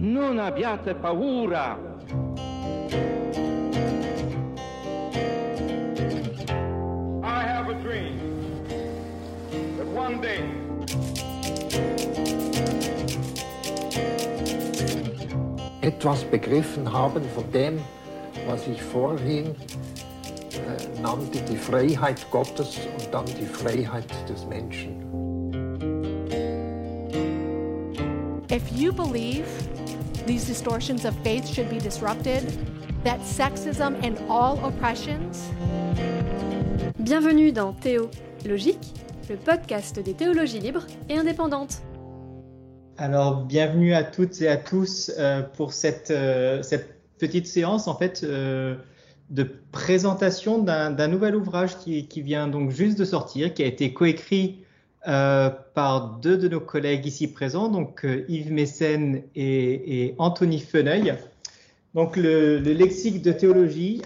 Non abbiate paura. I have a dream that one day etwas begriffen haben von dem, was ich vorhin nannte, die Freiheit Gottes und dann die Freiheit des Menschen. If you believe these distortions of faith should be disrupted, that sexism and all oppressions. Bienvenue dans Théo Logique, le podcast des théologies libres et indépendantes. Alors, bienvenue à toutes et à tous pour cette petite séance en fait de présentation d'un nouvel ouvrage qui vient donc juste de sortir, qui a été coécrit par deux de nos collègues ici présents, donc Yves Mécène et Anthony Feneuil. Donc le lexique de théologie,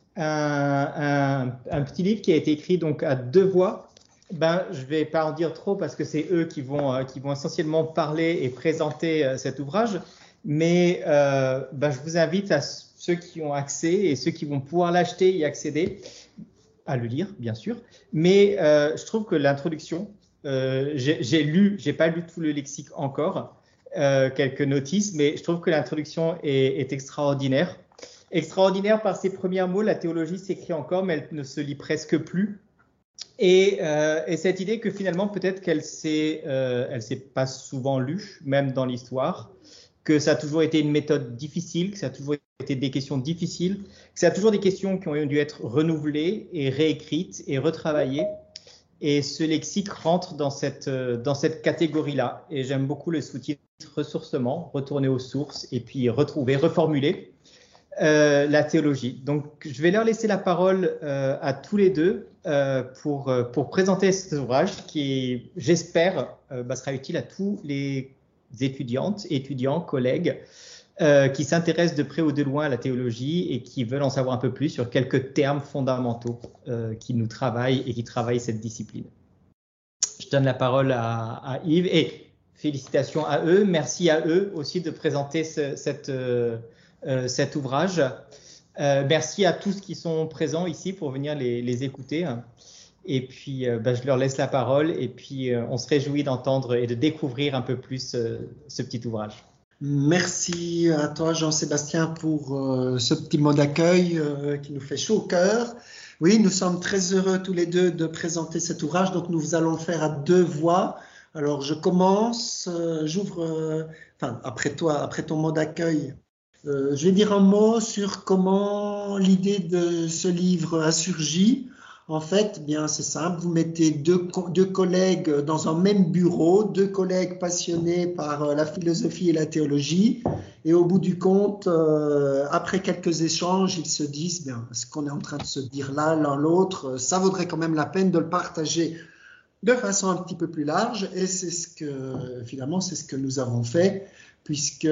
un petit livre qui a été écrit donc à deux voix. Je vais pas en dire trop parce que c'est eux qui vont essentiellement parler et présenter cet ouvrage. Mais je vous invite à ceux qui ont accès et ceux qui vont pouvoir l'acheter et y accéder à le lire, bien sûr. Mais je trouve que l'introduction, j'ai pas lu tout le lexique encore, quelques notices, mais je trouve que l'introduction est extraordinaire. Extraordinaire par ses premiers mots. La théologie s'écrit encore, mais elle ne se lit presque plus. Et cette idée que finalement peut-être elle s'est pas souvent lue, même dans l'histoire, que ça a toujours été une méthode difficile, que ça a toujours été des questions difficiles, que ça a toujours des questions qui ont dû être renouvelées et réécrites et retravaillées. Et ce lexique rentre dans cette catégorie-là. Et j'aime beaucoup le sous-titre ressourcement, retourner aux sources et puis retrouver, reformuler la théologie. Donc, je vais leur laisser la parole à tous les deux pour présenter cet ouvrage qui, j'espère, sera utile à tous les étudiantes, étudiants, collègues qui s'intéressent de près ou de loin à la théologie et qui veulent en savoir un peu plus sur quelques termes fondamentaux qui nous travaillent et qui travaillent cette discipline. Je donne la parole à Yves et félicitations à eux. Merci à eux aussi de présenter cet ouvrage. Merci à tous qui sont présents ici pour venir les écouter. Et puis, je leur laisse la parole et puis on se réjouit d'entendre et de découvrir un peu plus ce petit ouvrage. Merci à toi Jean-Sébastien pour ce petit mot d'accueil qui nous fait chaud au cœur. Oui, nous sommes très heureux tous les deux de présenter cet ouvrage, donc nous allons le faire à deux voix. Alors je commence, après ton mot d'accueil, je vais dire un mot sur comment l'idée de ce livre a surgi. En fait, bien c'est simple, vous mettez deux collègues dans un même bureau, deux collègues passionnés par la philosophie et la théologie, et au bout du compte, après quelques échanges, ils se disent, ce qu'on est en train de se dire là, l'un l'autre, ça vaudrait quand même la peine de le partager de façon un petit peu plus large, et c'est ce que nous avons fait, puisque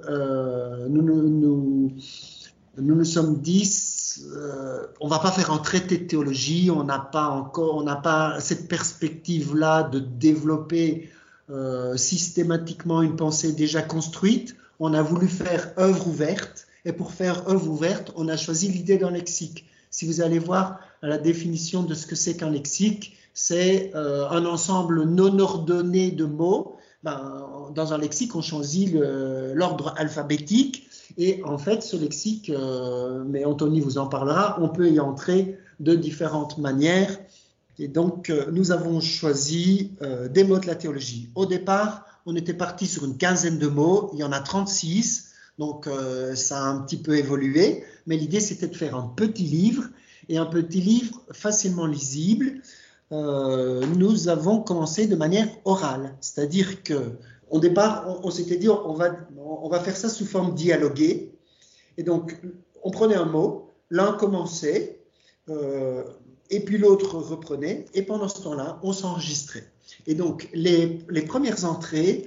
nous nous sommes dit, on va pas faire un traité de théologie, on n'a pas cette perspective-là de développer systématiquement une pensée déjà construite. On a voulu faire œuvre ouverte, et pour faire œuvre ouverte, on a choisi l'idée d'un lexique. Si vous allez voir la définition de ce que c'est qu'un lexique, c'est un ensemble non ordonné de mots. Dans un lexique, on choisit l'ordre alphabétique. Et en fait, ce lexique, mais Anthony vous en parlera, on peut y entrer de différentes manières. Et donc, nous avons choisi des mots de la théologie. Au départ, on était parti sur une quinzaine de mots. Il y en a 36, donc ça a un petit peu évolué. Mais l'idée, c'était de faire un petit livre, et un petit livre facilement lisible. Nous avons commencé de manière orale, c'est-à-dire que au départ, on s'était dit on va faire ça sous forme dialoguée, et donc on prenait un mot, l'un commençait et puis l'autre reprenait, et pendant ce temps-là, on s'enregistrait. Et donc les premières entrées,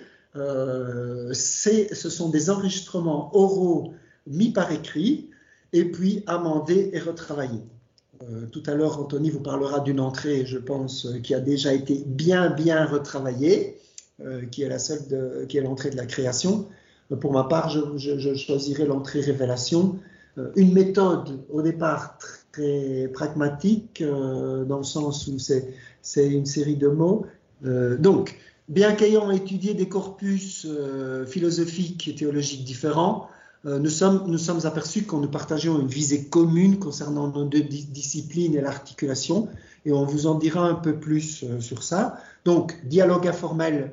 ce sont des enregistrements oraux mis par écrit et puis amendés et retravaillés. Tout à l'heure, Anthony vous parlera d'une entrée, je pense, qui a déjà été bien retravaillée, qui est l'entrée de la création. Pour ma part, je choisirais l'entrée révélation. Une méthode au départ très pragmatique, dans le sens où c'est une série de mots. Donc, bien qu'ayant étudié des corpus philosophiques et théologiques différents, nous sommes aperçus que nous partageons une visée commune concernant nos deux disciplines et l'articulation, et on vous en dira un peu plus sur ça. Donc, du dialogue informel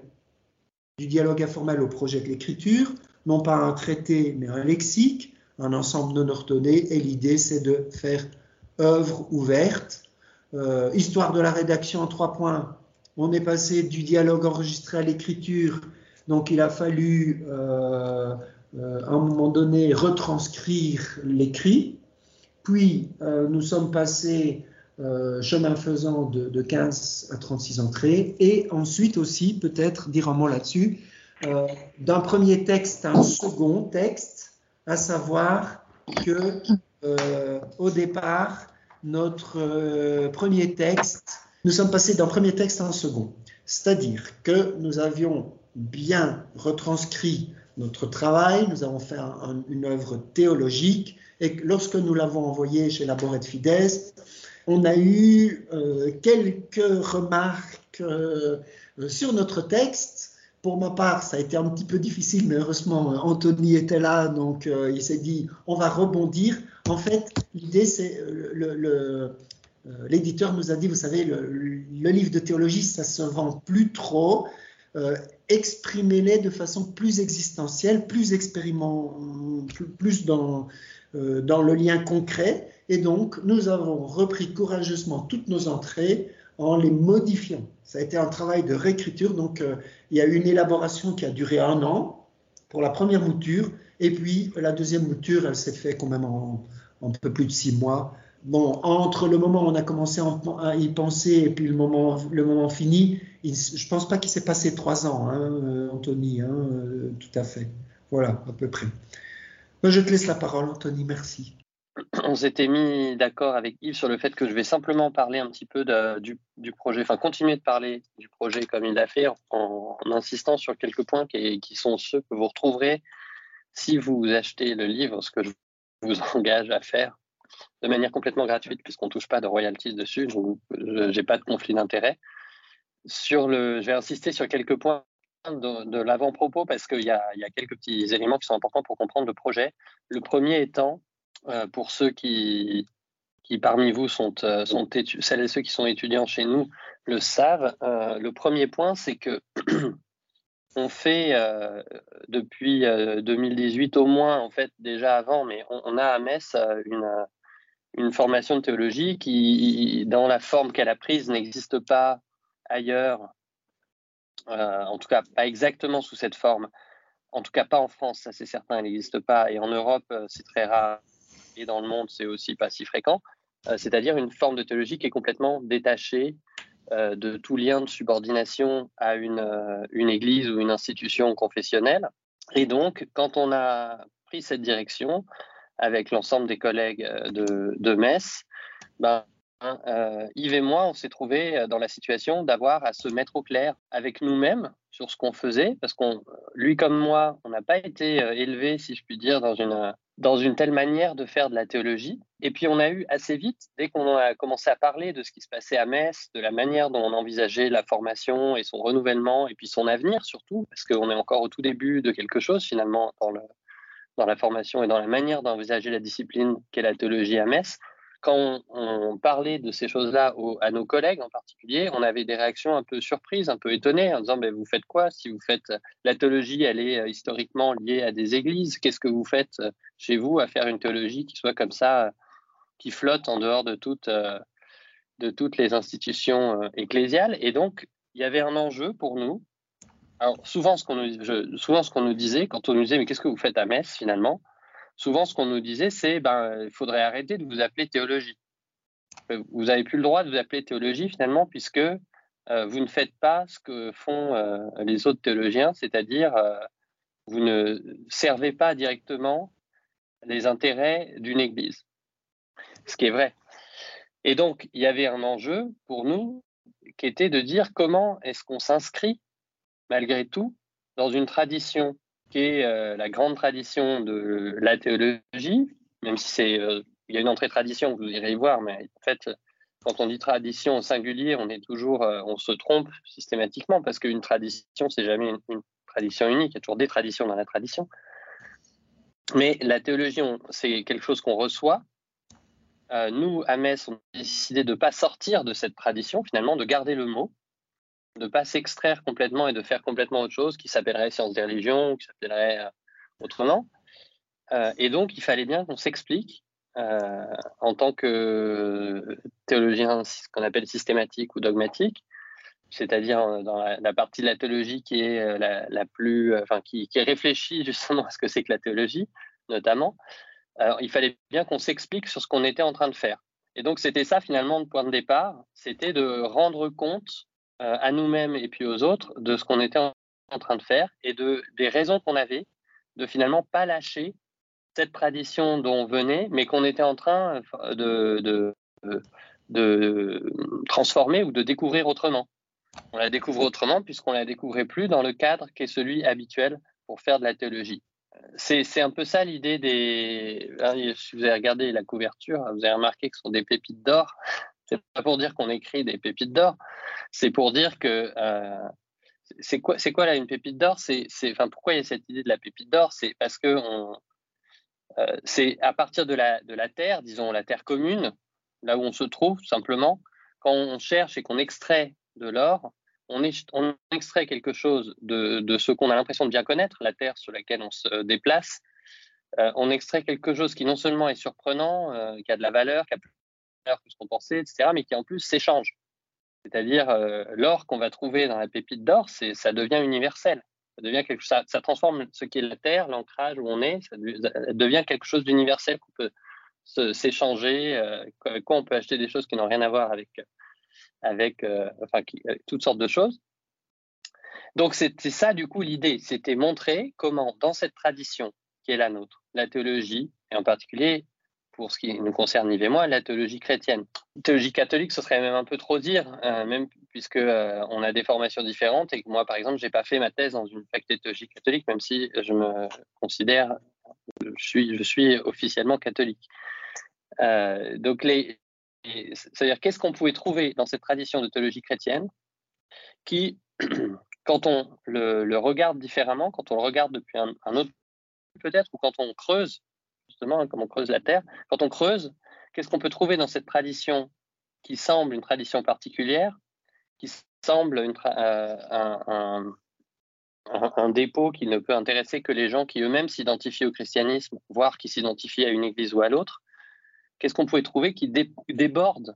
au projet de l'écriture, non pas un traité, mais un lexique, un ensemble non ordonné, et l'idée, c'est de faire œuvre ouverte. Histoire de la rédaction en 3 points. On est passé du dialogue enregistré à l'écriture, donc il a fallu à un moment donné retranscrire l'écrit, puis nous sommes passés chemin faisant de 15 à 36 entrées, et ensuite aussi peut-être dire un mot là-dessus, d'un premier texte à un second texte, à savoir que au départ, notre premier texte, nous sommes passés d'un premier texte à un second. C'est-à-dire que nous avions bien retranscrit notre travail, nous avons fait une œuvre théologique, et lorsque nous l'avons envoyé chez Labor et Fides, on a eu quelques remarques sur notre texte. Pour ma part, ça a été un petit peu difficile, mais heureusement, Anthony était là, donc il s'est dit, on va rebondir. En fait, l'idée, c'est l'éditeur nous a dit, vous savez, le livre de théologie, ça se vend plus trop. Exprimez-les de façon plus existentielle, plus plus dans le lien concret. Et donc, nous avons repris courageusement toutes nos entrées en les modifiant. Ça a été un travail de réécriture. Donc, il y a eu une élaboration qui a duré 1 an pour la première mouture. Et puis, la deuxième mouture, elle s'est faite quand même en un peu plus de 6 mois. Bon, entre le moment où on a commencé à y penser et puis le moment fini, je ne pense pas qu'il s'est passé 3 ans, hein, Anthony, tout à fait. Voilà, à peu près. Je te laisse la parole, Anthony, merci. On s'était mis d'accord avec Yves sur le fait que je vais simplement parler un petit peu du projet, enfin continuer de parler du projet comme il l'a fait, en insistant sur quelques points qui sont ceux que vous retrouverez si vous achetez le livre, ce que je vous engage à faire de manière complètement gratuite, puisqu'on ne touche pas de royalties dessus, je n'ai pas de conflit d'intérêt. Je vais insister sur quelques points de l'avant-propos, parce qu'il y a quelques petits éléments qui sont importants pour comprendre le projet. Le premier étant, pour ceux qui parmi vous sont celles et ceux qui sont étudiants chez nous le savent, le premier point, c'est que on fait depuis 2018 au moins, en fait déjà avant, mais on a à Metz une formation de théologie qui, dans la forme qu'elle a prise, n'existe pas ailleurs, en tout cas pas exactement sous cette forme, en tout cas pas en France, ça c'est certain, elle n'existe pas, et en Europe c'est très rare, et dans le monde c'est aussi pas si fréquent, c'est-à-dire une forme de théologie qui est complètement détachée de tout lien de subordination à une église ou une institution confessionnelle. Et donc, quand on a pris cette direction avec l'ensemble des collègues de Metz, Yves et moi, on s'est trouvés dans la situation d'avoir à se mettre au clair avec nous-mêmes sur ce qu'on faisait, parce lui comme moi, on n'a pas été élevés, si je puis dire, dans une telle manière de faire de la théologie. Et puis on a eu assez vite, dès qu'on a commencé à parler de ce qui se passait à Metz, de la manière dont on envisageait la formation et son renouvellement, et puis son avenir surtout, parce qu'on est encore au tout début de quelque chose finalement dans la formation et dans la manière d'envisager la discipline qu'est la théologie à Metz. Quand on parlait de ces choses-là à nos collègues en particulier, on avait des réactions un peu surprises, un peu étonnées, en disant vous faites quoi? Si vous faites la théologie, elle est historiquement liée à des églises. Qu'est-ce que vous faites chez vous à faire une théologie qui soit comme ça, qui flotte en dehors de toutes les institutions ecclésiales? Et donc, il y avait un enjeu pour nous. Alors, souvent, ce qu'on nous disait, quand on nous disait mais qu'est-ce que vous faites à Metz finalement? Souvent, ce qu'on nous disait, c'est il faudrait arrêter de vous appeler théologie. Vous n'avez plus le droit de vous appeler théologie, finalement, puisque vous ne faites pas ce que font les autres théologiens, c'est-à-dire vous ne servez pas directement les intérêts d'une église. Ce qui est vrai. Et donc, il y avait un enjeu pour nous qui était de dire comment est-ce qu'on s'inscrit, malgré tout, dans une tradition qui est la grande tradition de la théologie, même si il y a une entrée tradition, vous irez y voir, mais en fait, quand on dit tradition au singulier, on se trompe systématiquement, parce qu'une tradition, c'est jamais une tradition unique, il y a toujours des traditions dans la tradition. Mais la théologie, c'est quelque chose qu'on reçoit. Nous, à Metz, on a décidé de ne pas sortir de cette tradition, finalement, de garder le mot, de ne pas s'extraire complètement et de faire complètement autre chose qui s'appellerait sciences des religions, qui s'appellerait autrement. Et donc, il fallait bien qu'on s'explique en tant que théologien, ce qu'on appelle systématique ou dogmatique, c'est-à-dire dans la partie de la théologie qui est qui réfléchit justement à ce que c'est que la théologie, notamment. Alors, il fallait bien qu'on s'explique sur ce qu'on était en train de faire. Et donc, c'était ça, finalement, le point de départ, c'était de rendre compte à nous-mêmes et puis aux autres de ce qu'on était en train de faire et des raisons qu'on avait de finalement pas lâcher cette tradition dont on venait, mais qu'on était en train de transformer ou de découvrir autrement. On la découvre autrement puisqu'on la découvrait plus dans le cadre qui est celui habituel pour faire de la théologie. C'est un peu ça l'idée si vous avez regardé la couverture, vous avez remarqué que ce sont des pépites d'or. C'est pas pour dire qu'on écrit des pépites d'or, c'est pour dire que c'est quoi là une pépite d'or, pourquoi il y a cette idée de la pépite d'or, c'est parce que c'est à partir de la terre, disons la terre commune, là où on se trouve tout simplement, quand on cherche et qu'on extrait de l'or, on extrait quelque chose de ce qu'on a l'impression de bien connaître, la terre sur laquelle on se déplace. On extrait quelque chose qui non seulement est surprenant, qui a de la valeur, qui a plus de valeur que ce qu'on pensait, etc., mais qui en plus s'échange. C'est-à-dire l'or qu'on va trouver dans la pépite d'or, ça devient universel. Ça devient ça transforme ce qui est la terre, l'ancrage où on est, ça devient quelque chose d'universel qu'on peut s'échanger, quoi on peut acheter des choses qui n'ont rien à voir avec toutes sortes de choses. Donc c'était ça du coup l'idée, c'était montrer comment dans cette tradition qui est la nôtre, la théologie, et en particulier pour ce qui nous concerne Yves et moi, la théologie chrétienne. Théologie catholique, ce serait même un peu trop dire, même puisque on a des formations différentes et que moi par exemple j'ai pas fait ma thèse dans une faculté de théologie catholique, même si je me considère, je suis officiellement catholique. Donc c'est-à-dire qu'est-ce qu'on pouvait trouver dans cette tradition de théologie chrétienne qui, quand on le regarde différemment, quand on le regarde depuis un autre peut-être, ou quand on creuse, justement, comme on creuse la terre, quand on creuse, qu'est-ce qu'on peut trouver dans cette tradition qui semble une tradition particulière, qui semble un dépôt qui ne peut intéresser que les gens qui eux-mêmes s'identifient au christianisme, voire qui s'identifient à une église ou à l'autre. Qu'est-ce qu'on pouvait trouver qui déborde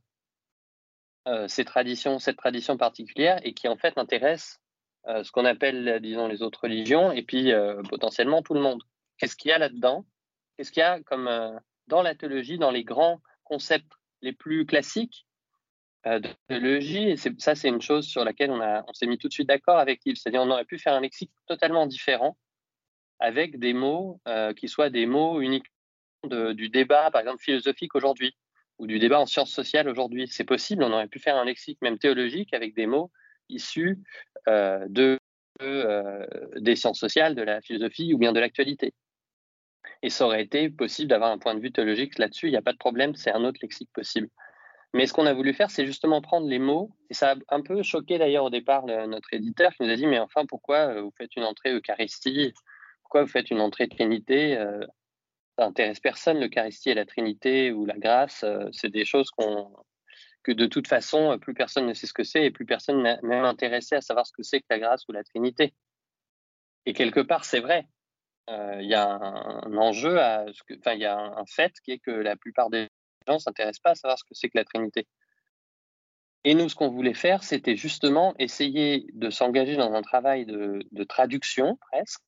cette tradition particulière et qui en fait intéresse ce qu'on appelle, disons, les autres religions et puis potentiellement tout le monde. Qu'est-ce qu'il y a là-dedans? Qu'est-ce qu'il y a comme dans la théologie, dans les grands concepts les plus classiques de théologie? Et ça, c'est une chose sur laquelle on s'est mis tout de suite d'accord avec Yves. C'est-à-dire on aurait pu faire un lexique totalement différent avec des mots qui soient des mots uniques du débat, par exemple, philosophique aujourd'hui, ou du débat en sciences sociales aujourd'hui. C'est possible, on aurait pu faire un lexique même théologique avec des mots issus des sciences sociales, de la philosophie ou bien de l'actualité. Et ça aurait été possible d'avoir un point de vue théologique là-dessus, il n'y a pas de problème, c'est un autre lexique possible. Mais ce qu'on a voulu faire, c'est justement prendre les mots, et ça a un peu choqué d'ailleurs au départ notre éditeur qui nous a dit « mais enfin, pourquoi vous faites une entrée Eucharistie? Pourquoi vous faites une entrée Trinité ?» Ça n'intéresse personne, l'Eucharistie et la Trinité ou la grâce, c'est des choses que de toute façon, plus personne ne sait ce que c'est et plus personne n'est même intéressé à savoir ce que c'est que la grâce ou la Trinité. Et quelque part, c'est vrai. Il y a un enjeu, il y a un fait qui est que la plupart des gens ne s'intéressent pas à savoir ce que c'est que la Trinité. Et nous, ce qu'on voulait faire, c'était justement essayer de s'engager dans un travail de traduction, presque,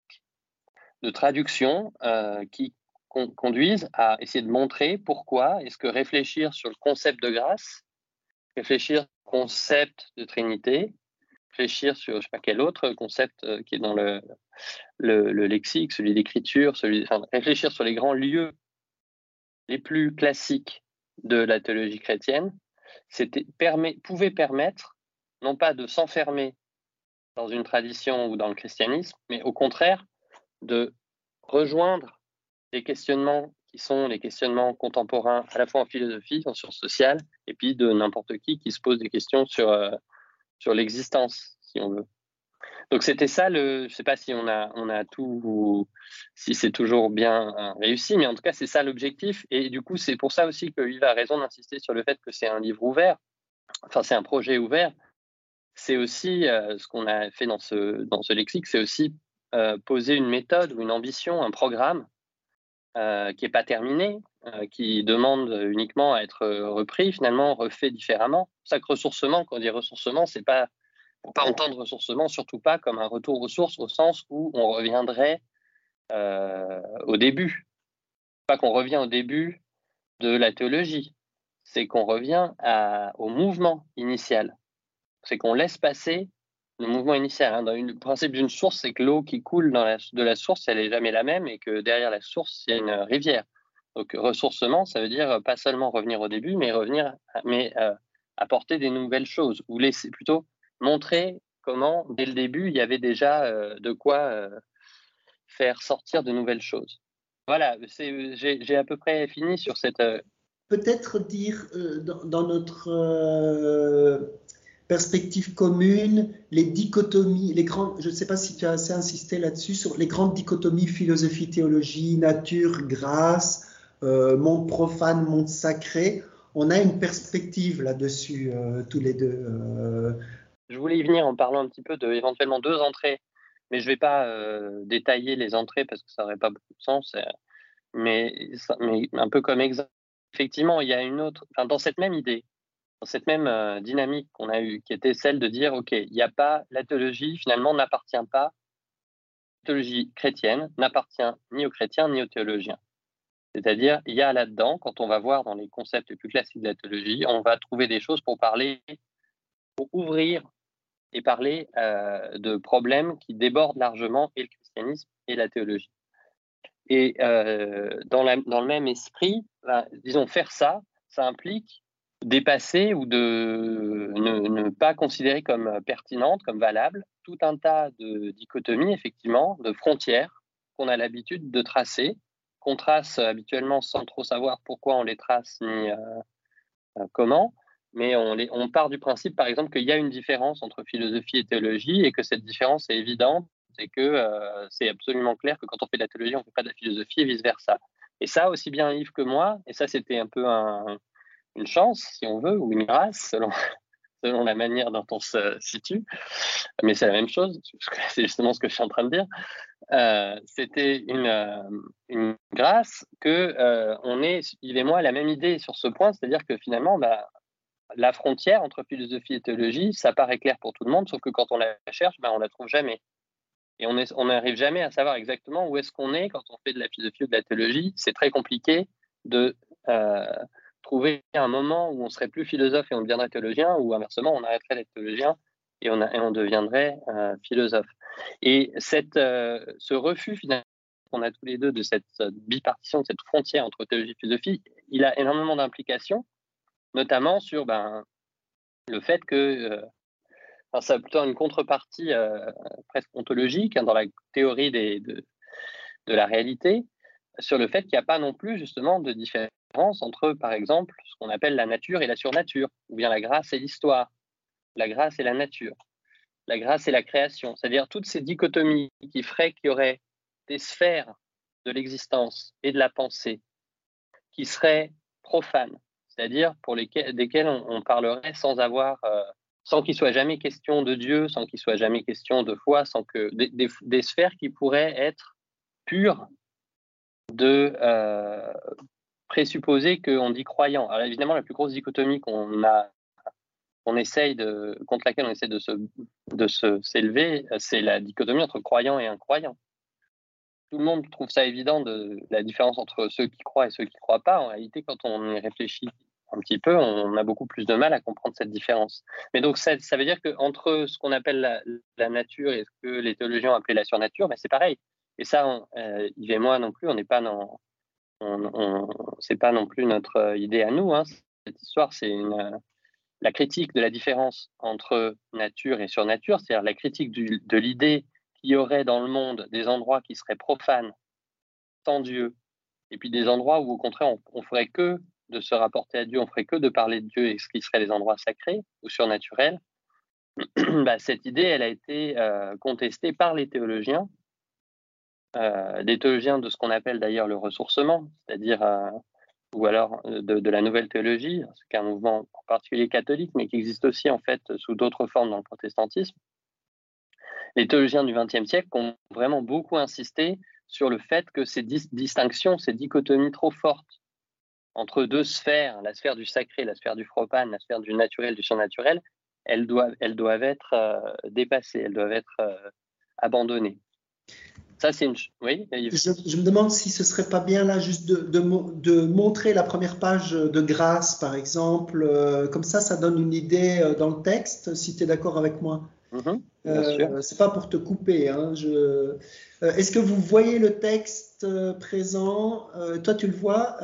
de traduction qui conduisent à essayer de montrer pourquoi est-ce que réfléchir sur le concept de grâce, réfléchir sur le concept de Trinité, réfléchir sur je ne sais pas quel autre concept qui est dans le lexique, celui d'écriture, réfléchir sur les grands lieux les plus classiques de la théologie chrétienne, pouvait permettre non pas de s'enfermer dans une tradition ou dans le christianisme, mais au contraire de rejoindre des questionnements qui sont les questionnements contemporains à la fois en philosophie, en sciences sociales, et puis de n'importe qui se pose des questions sur l'existence, si on veut. Donc c'était ça, je ne sais pas si on a tout, si c'est toujours bien réussi, mais en tout cas c'est ça l'objectif. Et du coup c'est pour ça aussi que Yves a raison d'insister sur le fait que c'est un livre ouvert, enfin c'est un projet ouvert. C'est aussi ce qu'on a fait dans ce lexique, c'est aussi poser une méthode ou une ambition, un programme qui n'est pas terminé, qui demande uniquement à être repris, finalement refait différemment. C'est ça que ressourcement, quand on dit ressourcement, c'est pas, faut pas entendre ressourcement, surtout pas comme un retour aux sources, au sens où on reviendrait au début. Pas qu'on revient au début de la théologie, c'est qu'on revient au mouvement initial. C'est qu'on laisse passer le mouvement initial. Le principe d'une source, c'est que l'eau qui coule de la source, elle n'est jamais la même et que derrière la source, il y a une rivière. Donc, ressourcement, ça veut dire pas seulement revenir au début, mais apporter des nouvelles choses ou laisser plutôt montrer comment, dès le début, il y avait déjà de quoi faire sortir de nouvelles choses. Voilà, j'ai à peu près fini sur cette... Peut-être dire dans notre perspective commune, les dichotomies, je ne sais pas si tu as assez insisté là-dessus, sur les grandes dichotomies philosophie-théologie, nature, grâce, monde profane, monde sacré. On a une perspective là-dessus, tous les deux. Je voulais y venir en parlant un petit peu éventuellement 2 entrées, mais je ne vais pas détailler les entrées parce que ça n'aurait pas beaucoup de sens, mais un peu comme exemple. Effectivement, il y a une autre, dans cette même idée, dans cette même dynamique qu'on a eue, qui était celle de dire, OK, il n'y a pas, la théologie finalement n'appartient pas, la théologie chrétienne n'appartient ni aux chrétiens ni aux théologiens. C'est-à-dire, il y a là-dedans, quand on va voir dans les concepts plus classiques de la théologie, on va trouver des choses pour ouvrir et parler de problèmes qui débordent largement et le christianisme et la théologie. Et dans le même esprit, disons, faire ça implique dépasser ou de ne pas considérer comme pertinente, comme valable, tout un tas de dichotomies, effectivement, de frontières qu'on a l'habitude de tracer, qu'on trace habituellement sans trop savoir pourquoi on les trace ni comment, mais on part du principe, par exemple, qu'il y a une différence entre philosophie et théologie et que cette différence est évidente et que c'est absolument clair que quand on fait de la théologie, on ne fait pas de la philosophie et vice-versa. Et ça, aussi bien Yves que moi, et ça c'était un peu une chance, si on veut, ou une grâce, selon la manière dont on se situe, mais c'est la même chose, c'est justement ce que je suis en train de dire. C'était une grâce que Yves et moi, la même idée sur ce point, c'est-à-dire que finalement, la frontière entre philosophie et théologie, ça paraît clair pour tout le monde, sauf que quand on la cherche, on la trouve jamais. Et on n'arrive jamais à savoir exactement où est-ce qu'on est quand on fait de la philosophie ou de la théologie. C'est très compliqué de trouver un moment où on serait plus philosophe et on deviendrait théologien, ou inversement, on arrêterait d'être théologien et on deviendrait philosophe. Et ce refus finalement qu'on a tous les deux de cette bipartition, de cette frontière entre théologie et philosophie, il a énormément d'implications, notamment sur le fait que ça a plutôt une contrepartie presque ontologique dans la théorie de la réalité, sur le fait qu'il n'y a pas non plus justement de différence entre, par exemple, ce qu'on appelle la nature et la surnature, ou bien la grâce et l'histoire, la grâce et la nature, la grâce et la création. C'est-à-dire toutes ces dichotomies qui feraient qu'il y aurait des sphères de l'existence et de la pensée qui seraient profanes, c'est-à-dire desquelles on parlerait sans qu'il soit jamais question de Dieu, sans qu'il soit jamais question de foi, sans que des sphères qui pourraient être pures de présupposer qu'on dit croyant. Alors évidemment, la plus grosse dichotomie contre laquelle on essaie de s'élever, c'est la dichotomie entre croyant et incroyant. Tout le monde trouve ça évident la différence entre ceux qui croient et ceux qui ne croient pas. En réalité, quand on y réfléchit un petit peu, on a beaucoup plus de mal à comprendre cette différence. Mais donc, ça veut dire qu'entre ce qu'on appelle la nature et ce que les théologiens ont appelé la surnature, c'est pareil. Et ça, Yves et moi non plus, on n'est pas c'est pas non plus notre idée à nous. Cette histoire, c'est la critique de la différence entre nature et surnature, c'est-à-dire la critique de l'idée il y aurait dans le monde des endroits qui seraient profanes, sans Dieu, et puis des endroits où, au contraire, on ferait que de se rapporter à Dieu, on ferait que de parler de Dieu et ce qui seraient les endroits sacrés ou surnaturels, cette idée, elle a été contestée par les théologiens, des théologiens de ce qu'on appelle d'ailleurs le ressourcement, c'est-à-dire, ou alors de la nouvelle théologie, c'est un mouvement en particulier catholique, mais qui existe aussi en fait sous d'autres formes dans le protestantisme. Les théologiens du XXe siècle ont vraiment beaucoup insisté sur le fait que ces distinctions, ces dichotomies trop fortes entre deux sphères, la sphère du sacré, la sphère du profane, la sphère du naturel, du surnaturel, elles doivent être dépassées, elles doivent être abandonnées. Ça, c'est une... Oui, je me demande si ce serait pas bien là juste de montrer la première page de Grâce, par exemple. Comme ça donne une idée dans le texte, si tu es d'accord avec moi. C'est pas pour te couper. Hein, est-ce que vous voyez le texte présent? Toi, tu le vois,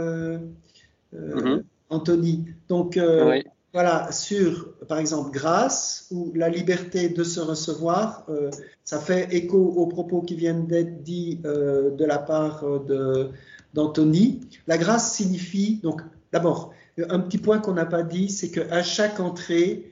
Anthony. Donc, oui. Voilà, sur, par exemple, grâce ou la liberté de se recevoir, ça fait écho aux propos qui viennent d'être dits de la part d'Anthony. La grâce signifie, donc, d'abord, un petit point qu'on n'a pas dit, c'est qu'à chaque entrée,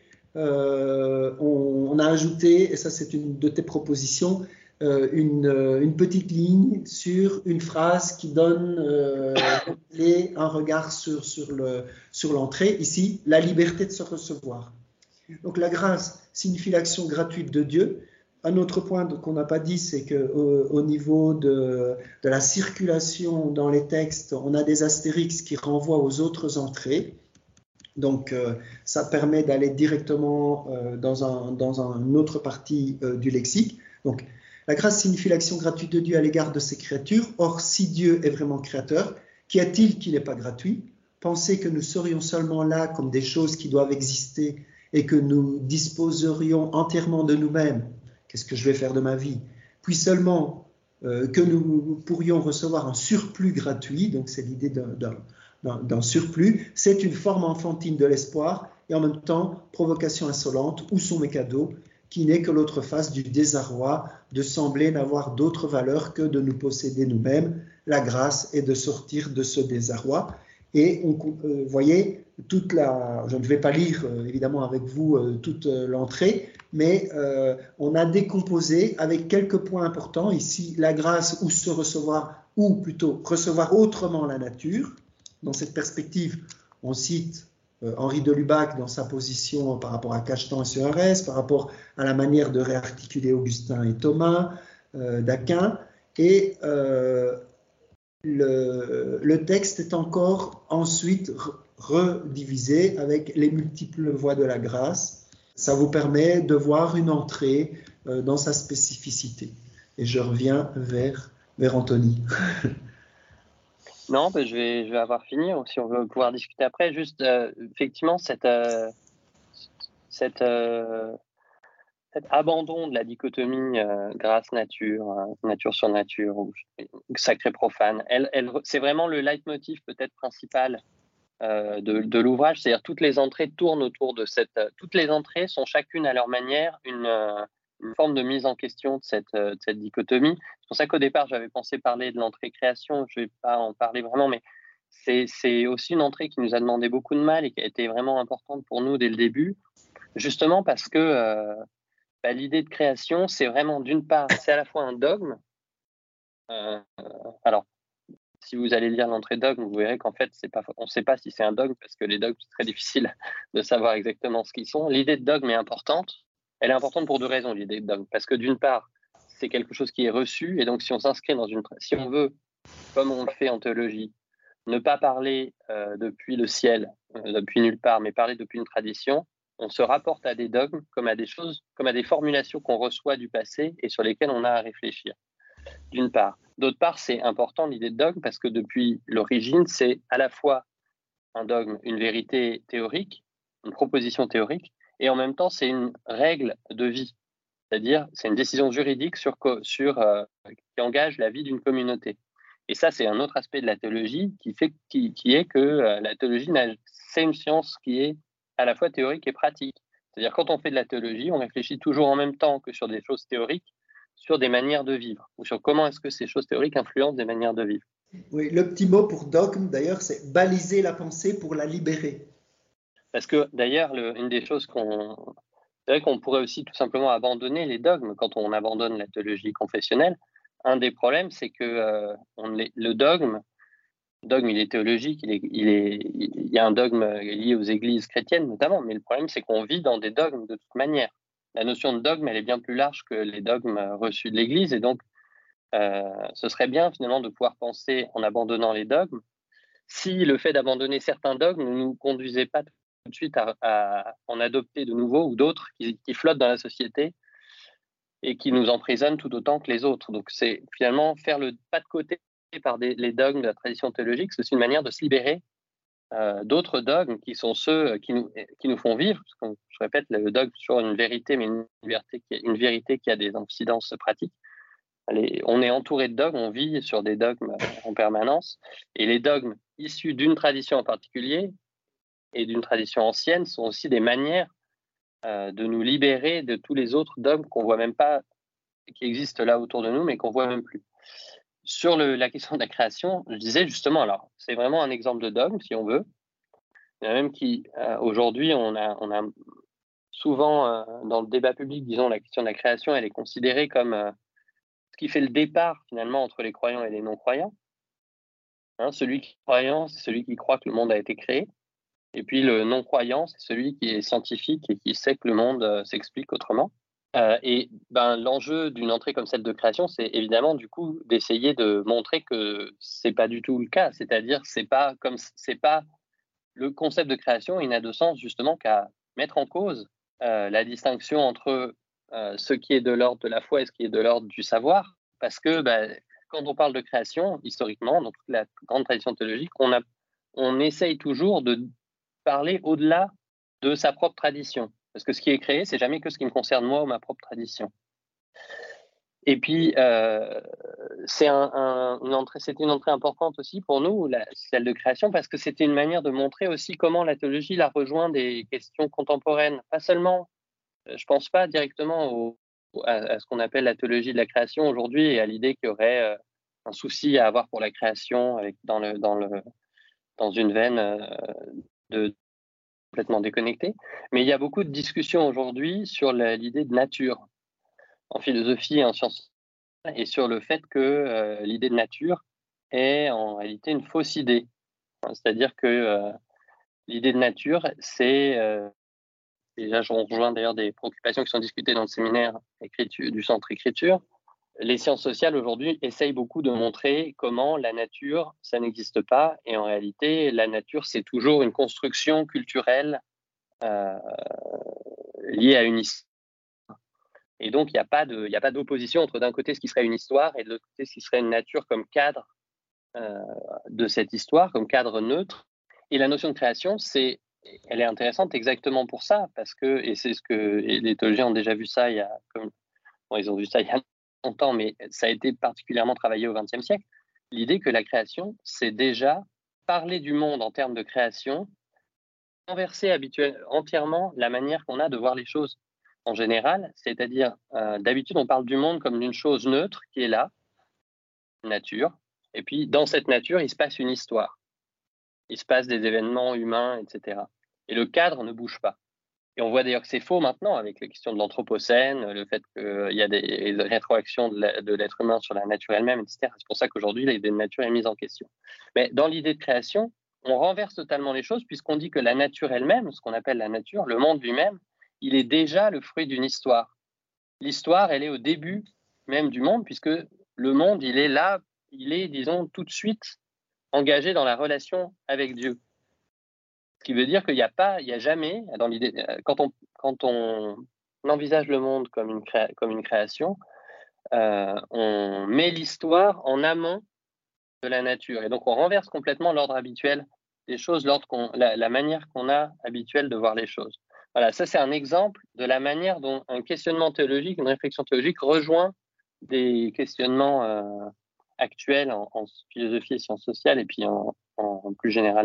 on a ajouté, et ça c'est une de tes propositions, une petite ligne sur une phrase qui donne un regard sur l'entrée. Ici, la liberté de se recevoir. Donc la grâce signifie l'action gratuite de Dieu. Un autre point qu'on n'a pas dit, c'est qu'au niveau de la circulation dans les textes, on a des astérix qui renvoient aux autres entrées. Donc ça permet d'aller directement dans une autre partie du lexique. Donc la grâce signifie l'action gratuite de Dieu à l'égard de ses créatures. Or, si Dieu est vraiment créateur, qu'y a-t-il qui n'est pas gratuit? Penser que nous serions seulement là comme des choses qui doivent exister et que nous disposerions entièrement de nous-mêmes, qu'est-ce que je vais faire de ma vie? Puis seulement que nous pourrions recevoir un surplus gratuit, donc c'est l'idée d'un surplus, c'est une forme enfantine de l'espoir et en même temps provocation insolente. Où sont mes cadeaux? Qui n'est que l'autre face du désarroi de sembler n'avoir d'autre valeur que de nous posséder nous-mêmes. La grâce est de sortir de ce désarroi. Et vous voyez, je ne vais pas lire évidemment avec vous toute l'entrée, mais on a décomposé avec quelques points importants. Ici, la grâce ou se recevoir, ou plutôt recevoir autrement la nature. Dans cette perspective, on cite Henri de Lubac dans sa position par rapport à Cachetan et Suarez, par rapport à la manière de réarticuler Augustin et Thomas d'Aquin, et le texte est encore ensuite redivisé avec les multiples voies de la grâce. Ça vous permet de voir une entrée dans sa spécificité. Et je reviens vers Anthony. Non, je vais avoir fini, si on veut pouvoir discuter après. Juste, effectivement, cet abandon de la dichotomie grâce-nature, nature-sur-nature, ou sacré-profane, c'est vraiment le leitmotiv peut-être principal de l'ouvrage. C'est-à-dire toutes les entrées tournent autour de toutes les entrées sont chacune à leur manière une forme de mise en question de cette dichotomie. C'est pour ça qu'au départ, j'avais pensé parler de l'entrée création. Je ne vais pas en parler vraiment, mais c'est aussi une entrée qui nous a demandé beaucoup de mal et qui a été vraiment importante pour nous dès le début, justement parce que l'idée de création, c'est vraiment, d'une part, c'est à la fois un dogme. Alors, si vous allez lire l'entrée dogme, vous verrez qu'en fait, on ne sait pas si c'est un dogme, parce que les dogmes, c'est très difficile de savoir exactement ce qu'ils sont. L'idée de dogme est importante. Elle est importante pour deux raisons, l'idée de dogme. Parce que d'une part, c'est quelque chose qui est reçu, et donc si on s'inscrit si on veut, comme on le fait en théologie, ne pas parler depuis le ciel, depuis nulle part, mais parler depuis une tradition, on se rapporte à des dogmes comme à des choses, comme à des formulations qu'on reçoit du passé et sur lesquelles on a à réfléchir, d'une part. D'autre part, c'est important l'idée de dogme parce que depuis l'origine, c'est à la fois un dogme, une vérité théorique, une proposition théorique, et en même temps, c'est une règle de vie. C'est-à-dire, c'est une décision juridique qui engage la vie d'une communauté. Et ça, c'est un autre aspect de la théologie qui est que la théologie, c'est une science qui est à la fois théorique et pratique. C'est-à-dire, quand on fait de la théologie, on réfléchit toujours en même temps que sur des choses théoriques, sur des manières de vivre, ou sur comment est-ce que ces choses théoriques influencent des manières de vivre. Oui, le petit mot pour dogme, d'ailleurs, c'est baliser la pensée pour la libérer. Parce que d'ailleurs, une des choses c'est vrai qu'on pourrait aussi tout simplement abandonner les dogmes quand on abandonne la théologie confessionnelle. Un des problèmes, c'est que le dogme, il est théologique, il y a un dogme lié aux églises chrétiennes notamment, mais le problème, c'est qu'on vit dans des dogmes de toute manière. La notion de dogme, elle est bien plus large que les dogmes reçus de l'Église, et donc ce serait bien finalement de pouvoir penser en abandonnant les dogmes, si le fait d'abandonner certains dogmes ne nous conduisait pas tout de suite à en adopter de nouveaux ou d'autres qui flottent dans la société et qui nous emprisonnent tout autant que les autres. Donc c'est finalement faire le pas de côté par les dogmes de la tradition théologique, c'est aussi une manière de se libérer d'autres dogmes qui sont ceux qui nous font vivre. Parce que, je répète, le dogme c'est toujours une vérité, mais une vérité qui a des incidences pratiques. On est entouré de dogmes, on vit sur des dogmes en permanence, et les dogmes issus d'une tradition en particulier et d'une tradition ancienne sont aussi des manières de nous libérer de tous les autres dogmes qu'on voit même pas, qui existent là autour de nous, mais qu'on voit même plus. Sur la question de la création, je disais justement, alors c'est vraiment un exemple de dogme, si on veut. Il y en a même qui, aujourd'hui, on a souvent dans le débat public, disons, la question de la création, elle est considérée comme ce qui fait le départ finalement entre les croyants et les non-croyants. Celui qui est croyant, c'est celui qui croit que le monde a été créé. Et puis le non-croyant, c'est celui qui est scientifique et qui sait que le monde s'explique autrement. L'enjeu d'une entrée comme celle de création, c'est évidemment du coup d'essayer de montrer que c'est pas du tout le cas. C'est-à-dire, c'est pas le concept de création, il n'a de sens justement qu'à mettre en cause la distinction entre ce qui est de l'ordre de la foi et ce qui est de l'ordre du savoir. Parce que quand on parle de création, historiquement, dans toute la grande tradition théologique, on essaye toujours de parler au-delà de sa propre tradition. Parce que ce qui est créé, c'est jamais que ce qui me concerne moi ou ma propre tradition. Et puis, c'était une entrée importante aussi pour nous, celle de création, parce que c'était une manière de montrer aussi comment la théologie la rejoint des questions contemporaines. Pas seulement, je pense pas directement à ce qu'on appelle la théologie de la création aujourd'hui et à l'idée qu'il y aurait un souci à avoir pour la création dans une veine complètement déconnectée. Mais il y a beaucoup de discussions aujourd'hui sur l'idée de nature en philosophie et en sciences, et sur le fait que l'idée de nature est en réalité une fausse idée. C'est-à-dire que l'idée de nature, c'est déjà, on rejoint d'ailleurs des préoccupations qui sont discutées dans le séminaire du centre écriture. Les sciences sociales aujourd'hui essayent beaucoup de montrer comment la nature, ça n'existe pas, et en réalité, la nature, c'est toujours une construction culturelle liée à une histoire. Et donc, il n'y a pas d'opposition entre d'un côté ce qui serait une histoire et de l'autre côté ce qui serait une nature comme cadre de cette histoire, comme cadre neutre. Et la notion de création, elle est intéressante exactement pour ça, parce que, et les théologiens ont déjà vu ça ils ont vu ça il y a longtemps, mais ça a été particulièrement travaillé au XXe siècle, l'idée que la création, c'est déjà parler du monde en termes de création, renverser entièrement la manière qu'on a de voir les choses en général, c'est-à-dire d'habitude on parle du monde comme d'une chose neutre qui est là, nature, et puis dans cette nature il se passe une histoire, il se passe des événements humains, etc. Et le cadre ne bouge pas. Et on voit d'ailleurs que c'est faux maintenant avec la question de l'anthropocène, le fait qu'il y a des rétroactions de l'être humain sur la nature elle-même, etc. C'est pour ça qu'aujourd'hui l'idée de nature est mise en question. Mais dans l'idée de création, on renverse totalement les choses puisqu'on dit que la nature elle-même, ce qu'on appelle la nature, le monde lui-même, il est déjà le fruit d'une histoire. L'histoire, elle est au début même du monde, puisque le monde, il est là, disons, tout de suite engagé dans la relation avec Dieu. Ce qui veut dire qu'il n'y a jamais, dans l'idée, quand on envisage le monde comme une création, on met l'histoire en amont de la nature. Et donc, on renverse complètement l'ordre habituel des choses, la manière qu'on a habituelle de voir les choses. Voilà, ça c'est un exemple de la manière dont un questionnement théologique, une réflexion théologique rejoint des questionnements actuels en philosophie et sciences sociales et puis en plus généralement.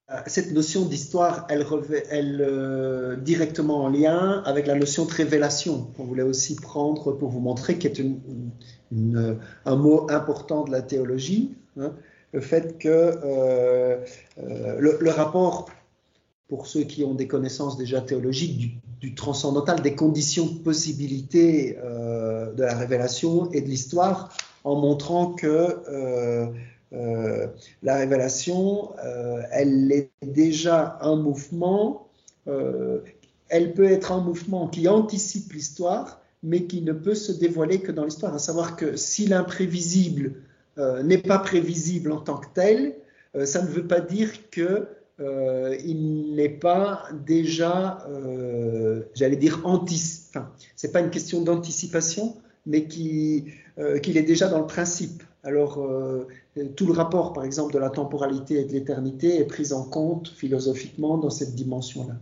cette notion d'histoire, elle directement en lien avec la notion de révélation qu'on voulait aussi prendre pour vous montrer, qui est un mot important de la théologie, hein, le fait que le rapport, pour ceux qui ont des connaissances déjà théologiques, du transcendantal, des conditions de possibilité de la révélation et de l'histoire, en montrant que la révélation, elle est déjà un mouvement, elle peut être un mouvement qui anticipe l'histoire, mais qui ne peut se dévoiler que dans l'histoire. À savoir que si l'imprévisible n'est pas prévisible en tant que tel, ça ne veut pas dire que il n'est pas déjà, j'allais dire, c'est pas une question d'anticipation, mais qu'il est déjà dans le principe. Alors, tout le rapport, par exemple, de la temporalité et de l'éternité est pris en compte philosophiquement dans cette dimension-là.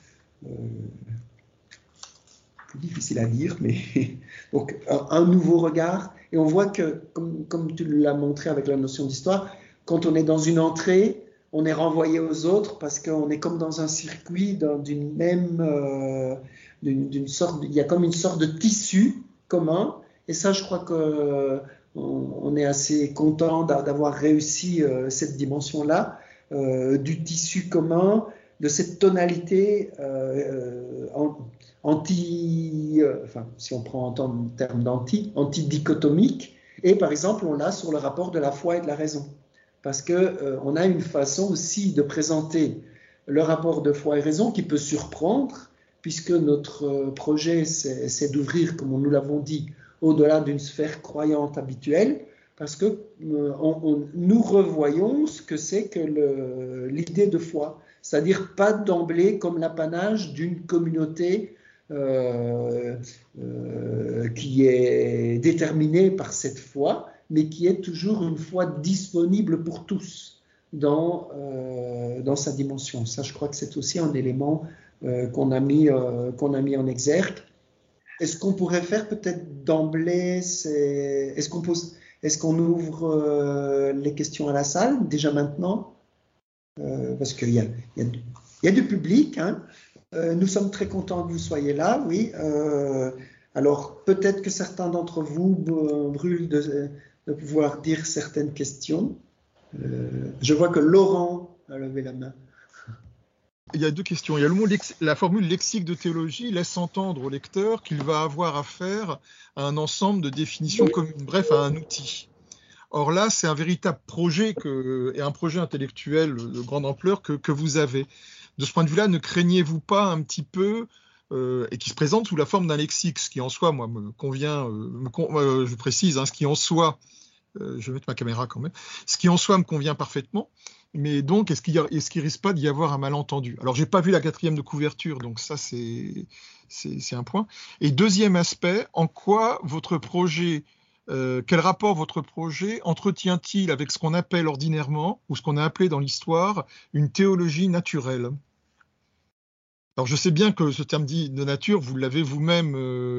Plus difficile à lire, mais donc un nouveau regard. Et on voit que, comme tu l'as montré avec la notion d'histoire, quand on est dans une entrée, on est renvoyé aux autres parce qu'on est comme dans un circuit, d'une même, d'une sorte, il y a comme une sorte de tissu commun. Et ça, je crois que on est assez content d'avoir réussi cette dimension-là, du tissu commun, de cette tonalité si on prend en termes antidichotomique. Et par exemple, on l'a sur le rapport de la foi et de la raison. Parce qu'on a une façon aussi de présenter le rapport de foi et raison qui peut surprendre, puisque notre projet, c'est d'ouvrir, comme nous l'avons dit, au-delà d'une sphère croyante habituelle, parce que nous revoyons ce que c'est que l'idée de foi, c'est-à-dire pas d'emblée comme l'apanage d'une communauté qui est déterminée par cette foi, mais qui est toujours une foi disponible pour tous dans sa dimension. Ça, je crois que c'est aussi un élément qu'on a mis en exergue. Est-ce qu'on pourrait faire peut-être d'emblée, est-ce qu'on ouvre les questions à la salle déjà maintenant, parce qu'il y a du public, hein. Nous sommes très contents que vous soyez là, oui. Alors peut-être que certains d'entre vous brûlent de pouvoir dire certaines questions. Je vois que Laurent a levé la main. Il y a deux questions. Il y a le mot la formule lexique de théologie laisse entendre au lecteur qu'il va avoir affaire à un ensemble de définitions communes, bref, à un outil. Or là, c'est un véritable projet et un projet intellectuel de grande ampleur que vous avez. De ce point de vue-là, ne craignez-vous pas un petit peu, et qui se présente sous la forme d'un lexique, ce qui en soi, moi, me convient, je précise, hein, ce qui en soi, je vais mettre ma caméra quand même, ce qui en soi me convient parfaitement, mais donc, est-ce qu'il risque pas d'y avoir un malentendu? Alors, j'ai pas vu la 4e de couverture, donc ça, c'est un point. Et deuxième aspect, en quoi votre projet, quel rapport votre projet entretient-il avec ce qu'on appelle ordinairement, ou ce qu'on a appelé dans l'histoire, une théologie naturelle? Alors, je sais bien que ce terme dit de nature, vous l'avez vous-même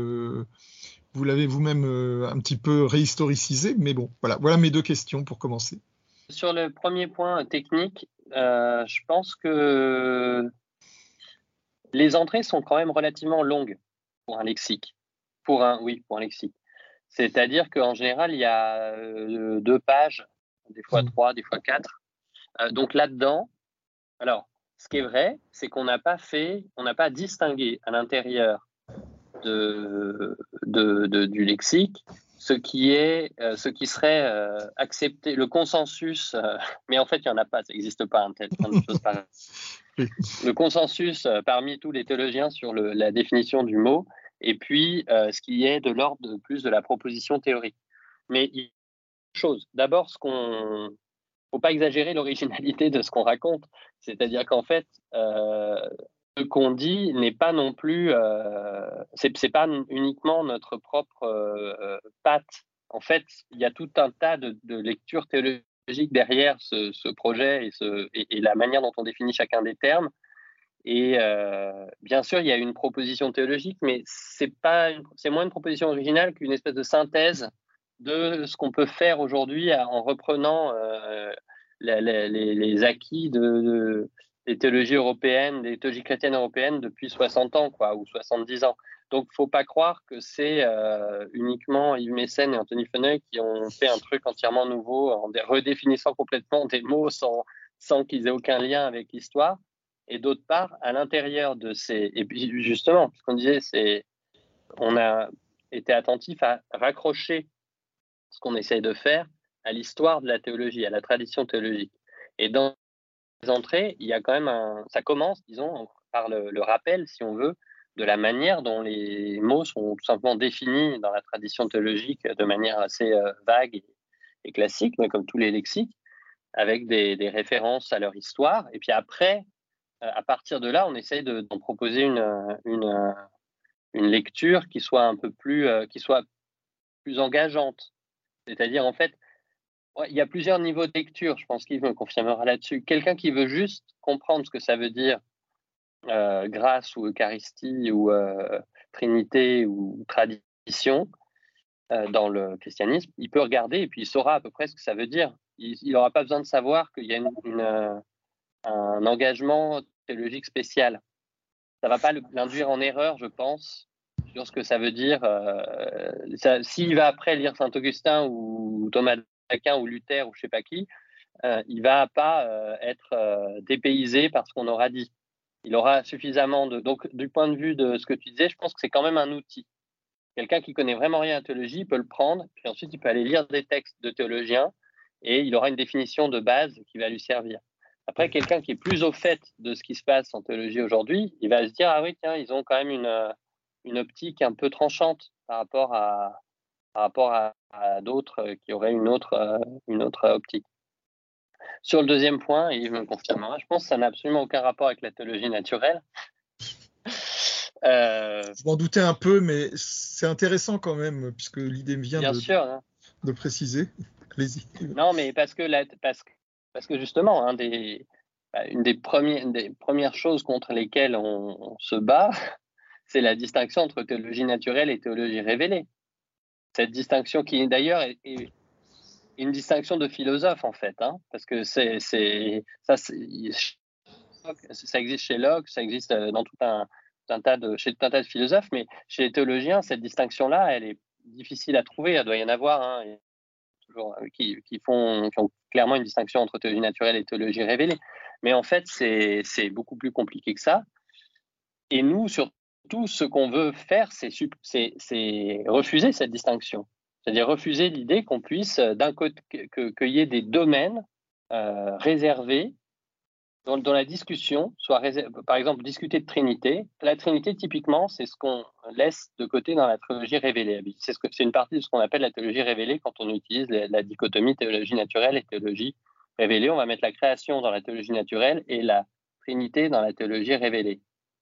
un petit peu réhistoricisé, mais bon, voilà mes deux questions pour commencer. Sur le premier point technique, je pense que les entrées sont quand même relativement longues pour un lexique. Pour un lexique. C'est-à-dire qu'en général, il y a 2 pages, des fois 3, des fois 4. Donc là-dedans, alors, ce qui est vrai, c'est qu'on n'a pas distingué à l'intérieur du lexique ce qui serait accepté, le consensus, mais en fait, il n'y en a pas, ça n'existe pas un tel chose pareille. Le consensus parmi tous les théologiens sur la définition du mot, et puis ce qui est de l'ordre plus de la proposition théorique. Mais il y a une chose, d'abord, faut pas exagérer l'originalité de ce qu'on raconte, c'est-à-dire qu'en fait, ce qu'on dit n'est pas non plus, c'est pas uniquement notre propre patte. En fait, il y a tout un tas de lectures théologiques derrière ce projet et la manière dont on définit chacun des termes. Et bien sûr, il y a une proposition théologique, mais c'est moins une proposition originale qu'une espèce de synthèse de ce qu'on peut faire aujourd'hui en reprenant les acquis des théologies européennes, des théologies chrétiennes européennes depuis 60 ans, quoi, ou 70 ans. Donc, faut pas croire que c'est uniquement Yves Mécène et Anthony Feneuil qui ont fait un truc entièrement nouveau en redéfinissant complètement des mots sans qu'ils aient aucun lien avec l'histoire. Et d'autre part, à l'intérieur de ces... Et puis justement, ce qu'on disait, on a été attentif à raccrocher ce qu'on essaye de faire à l'histoire de la théologie, à la tradition théologique. Et dans les entrées, il y a quand même ça commence, disons, par le rappel, si on veut, de la manière dont les mots sont tout simplement définis dans la tradition théologique de manière assez vague et classique, mais comme tous les lexiques, avec des références à leur histoire. Et puis après, à partir de là, on essaye d'en proposer une lecture qui soit un peu plus engageante. C'est-à-dire, en fait, il y a plusieurs niveaux de lecture, je pense qu'Yves me confirmera là-dessus. Quelqu'un qui veut juste comprendre ce que ça veut dire grâce ou Eucharistie ou Trinité ou tradition dans le christianisme, il peut regarder et puis il saura à peu près ce que ça veut dire. Il n'aura pas besoin de savoir qu'il y a un engagement théologique spécial. Ça ne va pas l'induire en erreur, je pense, sur ce que ça veut dire. S'il va après lire Saint-Augustin ou Thomas d'Aquin ou Luther ou je ne sais pas qui, il ne va pas être dépaysé par ce qu'on aura dit. Il aura suffisamment de... Donc, du point de vue de ce que tu disais, je pense que c'est quand même un outil. Quelqu'un qui connaît vraiment rien à la théologie, il peut le prendre, puis ensuite il peut aller lire des textes de théologiens et il aura une définition de base qui va lui servir. Après, quelqu'un qui est plus au fait de ce qui se passe en théologie aujourd'hui, il va se dire, ah oui, tiens, ils ont quand même une optique un peu tranchante par rapport à d'autres qui auraient une autre optique. Sur le deuxième point, et Yves me confirmera, je pense que ça n'a absolument aucun rapport avec la théologie naturelle. Je m'en doutais un peu, mais c'est intéressant quand même, puisque l'idée me vient de préciser. Allez-y. Non, mais parce que justement, une des premières choses contre lesquelles on se bat, c'est la distinction entre théologie naturelle et théologie révélée. Cette distinction qui, d'ailleurs, est une distinction de philosophe, en fait, parce que ça existe chez Locke, ça existe dans chez tout un tas de philosophes, mais chez les théologiens, cette distinction-là, elle est difficile à trouver. Il doit y en avoir toujours, qui ont clairement une distinction entre théologie naturelle et théologie révélée. Mais en fait, c'est beaucoup plus compliqué que ça. Et nous, surtout, ce qu'on veut faire, c'est refuser cette distinction. C'est-à-dire refuser l'idée qu'on puisse, d'un côté, qu'il y ait des domaines réservés dont la discussion soit réservée. Par exemple, discuter de Trinité. La Trinité, typiquement, c'est ce qu'on laisse de côté dans la théologie révélée. C'est une partie de ce qu'on appelle la théologie révélée quand on utilise la dichotomie théologie naturelle et théologie révélée. On va mettre la création dans la théologie naturelle et la Trinité dans la théologie révélée.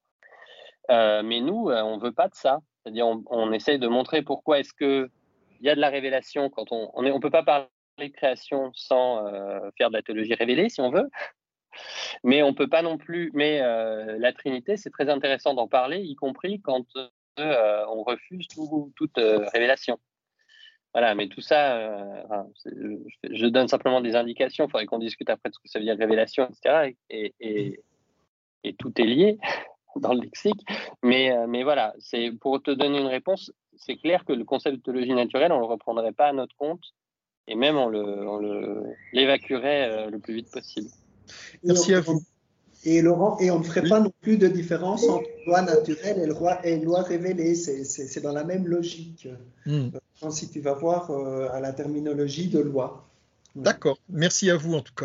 Mais nous, on ne veut pas de ça. C'est-à-dire, on essaye de montrer pourquoi est-ce qu'il y a de la révélation quand on ne peut pas parler de création sans faire de la théologie révélée, si on veut. Mais on peut pas non plus. Mais la Trinité, c'est très intéressant d'en parler, y compris quand on refuse toute révélation. Voilà, mais tout ça, je donne simplement des indications. Il faudrait qu'on discute après de ce que ça veut dire révélation, etc. Et tout est lié dans le lexique. Mais voilà, c'est pour te donner une réponse. C'est clair que le concept de théologie naturelle, on le reprendrait pas à notre compte, et même on l'évacuerait le plus vite possible. Merci à vous. Et Laurent, on ne ferait pas non plus de différence entre loi naturelle et loi révélée. C'est dans la même logique. Si tu vas voir à la terminologie de loi. D'accord. Merci à vous en tout cas.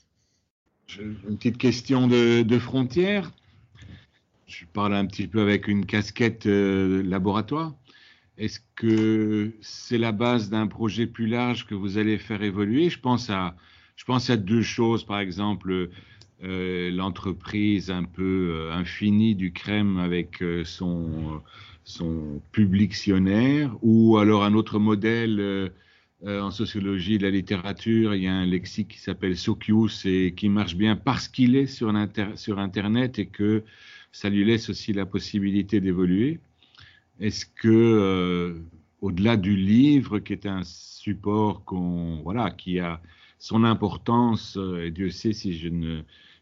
Une petite question de frontière. Je parle un petit peu avec une casquette laboratoire. Est-ce que c'est la base d'un projet plus large que vous allez faire évoluer ? Je pense à deux choses, par exemple l'entreprise un peu infinie du Crème avec son publictionnaire, ou alors un autre modèle en sociologie de la littérature. Il y a un lexique qui s'appelle Socius et qui marche bien parce qu'il est sur Internet et que ça lui laisse aussi la possibilité d'évoluer. Est-ce que, au-delà du livre, qui est un support qui a son importance, et Dieu sait si je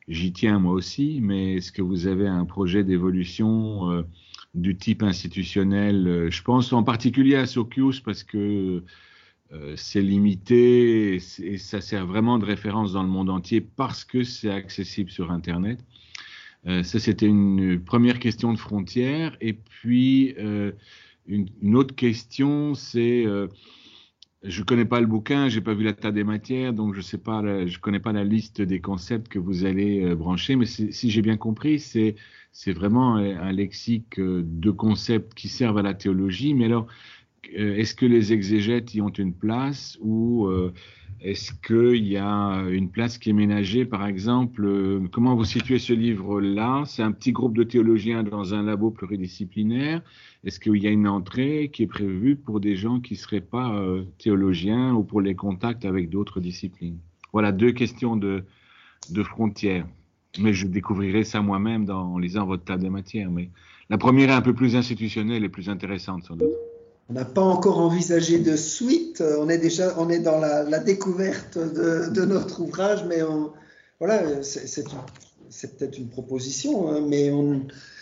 j'y tiens moi aussi, mais est-ce que vous avez un projet d'évolution du type institutionnel? Je pense en particulier à Socius parce que c'est limité et ça sert vraiment de référence dans le monde entier parce que c'est accessible sur Internet. Ça, c'était une première question de frontière. Et puis, une autre question, c'est... je ne connais pas le bouquin, je n'ai pas vu la tas des matières, donc je ne connais pas la liste des concepts que vous allez brancher, mais si j'ai bien compris, c'est vraiment un lexique de concepts qui servent à la théologie. Mais alors, est-ce que les exégètes y ont une place ou est-ce qu'il y a une place qui est ménagée, par exemple, comment vous situez ce livre-là? C'est un petit groupe de théologiens dans un labo pluridisciplinaire. Est-ce qu'il y a une entrée qui est prévue pour des gens qui ne seraient pas théologiens ou pour les contacts avec d'autres disciplines? Voilà 2 questions de frontières. Mais je découvrirai ça moi-même en lisant votre tas de matières. Mais la première est un peu plus institutionnelle et plus intéressante, sans doute. On n'a pas encore envisagé de suite, on est dans la découverte de notre ouvrage, mais voilà, c'est peut-être une proposition, hein, mais on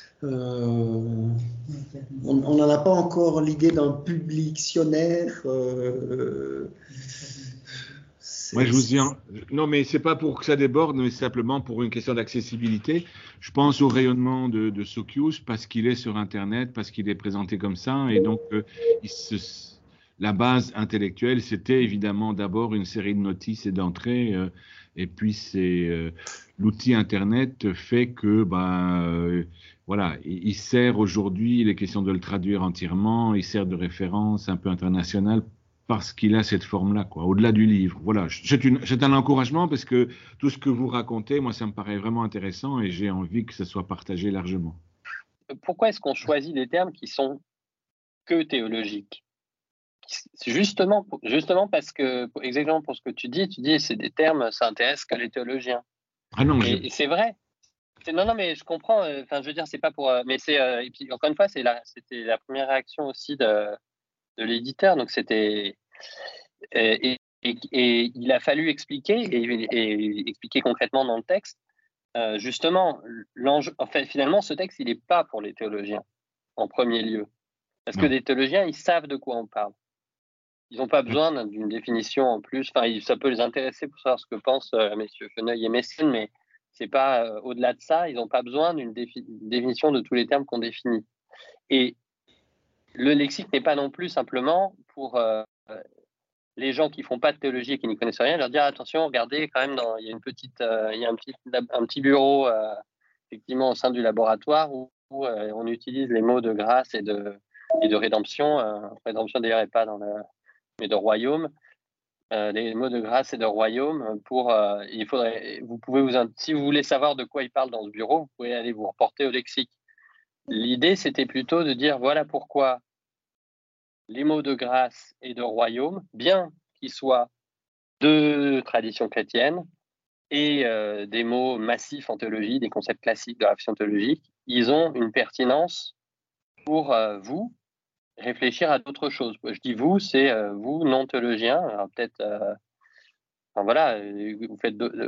n'en a pas encore l'idée d'un publictionnaire. Moi, je vous dis, non, mais c'est pas pour que ça déborde, mais simplement pour une question d'accessibilité. Je pense au rayonnement de Socius parce qu'il est sur Internet, parce qu'il est présenté comme ça, et donc la base intellectuelle, c'était évidemment d'abord une série de notices et d'entrées, et puis l'outil Internet fait que, voilà, il sert aujourd'hui, il est question de le traduire entièrement, il sert de référence un peu internationale parce qu'il a cette forme-là, quoi, au-delà du livre. Voilà, c'est un encouragement parce que tout ce que vous racontez, moi, ça me paraît vraiment intéressant et j'ai envie que ça soit partagé largement. Pourquoi est-ce qu'on choisit des termes qui sont que théologiques? Justement parce que, exactement pour ce que tu dis, c'est des termes, ça intéresse que les théologiens. Ah non, et c'est vrai. Non, mais je comprends. Enfin, je veux dire, c'est pas pour. Mais c'est. Et puis encore une fois, c'était la première réaction aussi de l'éditeur, donc c'était et il a fallu expliquer et expliquer concrètement dans le texte justement l'enjeu. En fait, finalement, ce texte il n'est pas pour les théologiens en premier lieu, parce que les théologiens ils savent de quoi on parle. Ils n'ont pas besoin d'une définition en plus. Enfin, ça peut les intéresser pour savoir ce que pensent messieurs Feneuil et Messine, mais c'est pas au-delà de ça. Ils n'ont pas besoin d'une définition de tous les termes qu'on définit. Et le lexique n'est pas non plus simplement pour les gens qui font pas de théologie et qui n'y connaissent rien, leur dire attention, regardez quand même, il y a un petit bureau effectivement au sein du laboratoire où on utilise les mots de grâce et de rédemption. Rédemption d'ailleurs n'est pas mais de royaume. Les mots de grâce et de royaume pour. Vous pouvez si vous voulez savoir de quoi il parle dans ce bureau, vous pouvez aller vous reporter au lexique. L'idée, c'était plutôt de dire voilà pourquoi les mots de grâce et de royaume, bien qu'ils soient de tradition chrétienne et des mots massifs en théologie, des concepts classiques de la réflexion théologique, ils ont une pertinence pour vous réfléchir à d'autres choses. Je dis vous, c'est vous, non théologiens, alors peut-être... Enfin, voilà, vous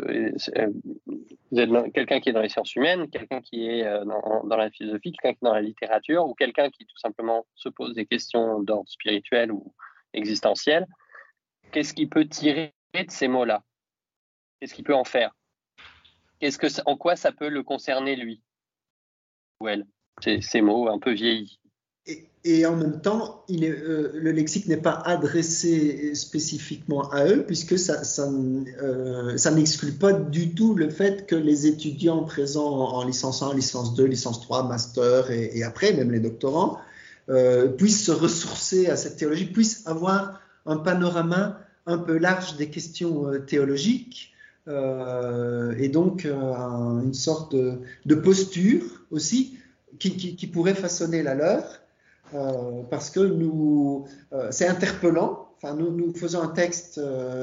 êtes quelqu'un qui est dans les sciences humaines, quelqu'un qui est dans la philosophie, quelqu'un qui est dans la littérature, ou quelqu'un qui tout simplement se pose des questions d'ordre spirituel ou existentiel. Qu'est-ce qu'il peut tirer de ces mots-là? Qu'est-ce qu'il peut en faire? En quoi ça peut le concerner, lui ou elle, ces mots un peu vieillis? Et en même temps, le lexique n'est pas adressé spécifiquement à eux, puisque ça n'exclut pas du tout le fait que les étudiants présents en licence 1, licence 2, licence 3, master et après, même les doctorants, puissent se ressourcer à cette théologie, puissent avoir un panorama un peu large des questions théologiques, et donc une sorte de posture aussi qui pourrait façonner la leur. Parce que c'est interpellant. Enfin, nous faisons un texte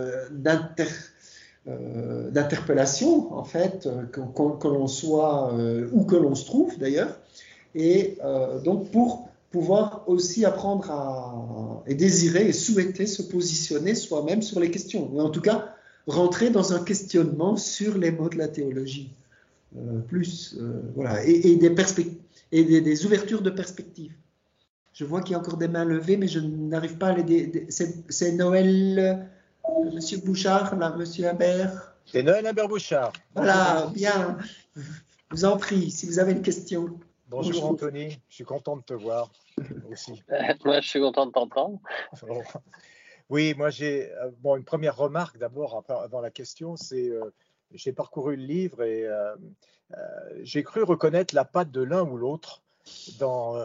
d'interpellation, en fait, que l'on soit où que l'on se trouve d'ailleurs, et donc pour pouvoir aussi apprendre et désirer et souhaiter se positionner soi-même sur les questions, ou en tout cas rentrer dans un questionnement sur les mots de la théologie. plus, voilà, et des ouvertures de perspective. Je vois qu'il y a encore des mains levées, mais je n'arrive pas à les... C'est Noël, Monsieur Bouchard, là, Monsieur Imbert. C'est Noël Imbert-Bouchard. Voilà, bien. Je vous en prie, si vous avez une question. Bonjour Anthony, je suis content de te voir aussi. Moi, je suis content de t'entendre. Oui, moi j'ai une première remarque d'abord avant la question, c'est j'ai parcouru le livre et j'ai cru reconnaître la patte de l'un ou l'autre dans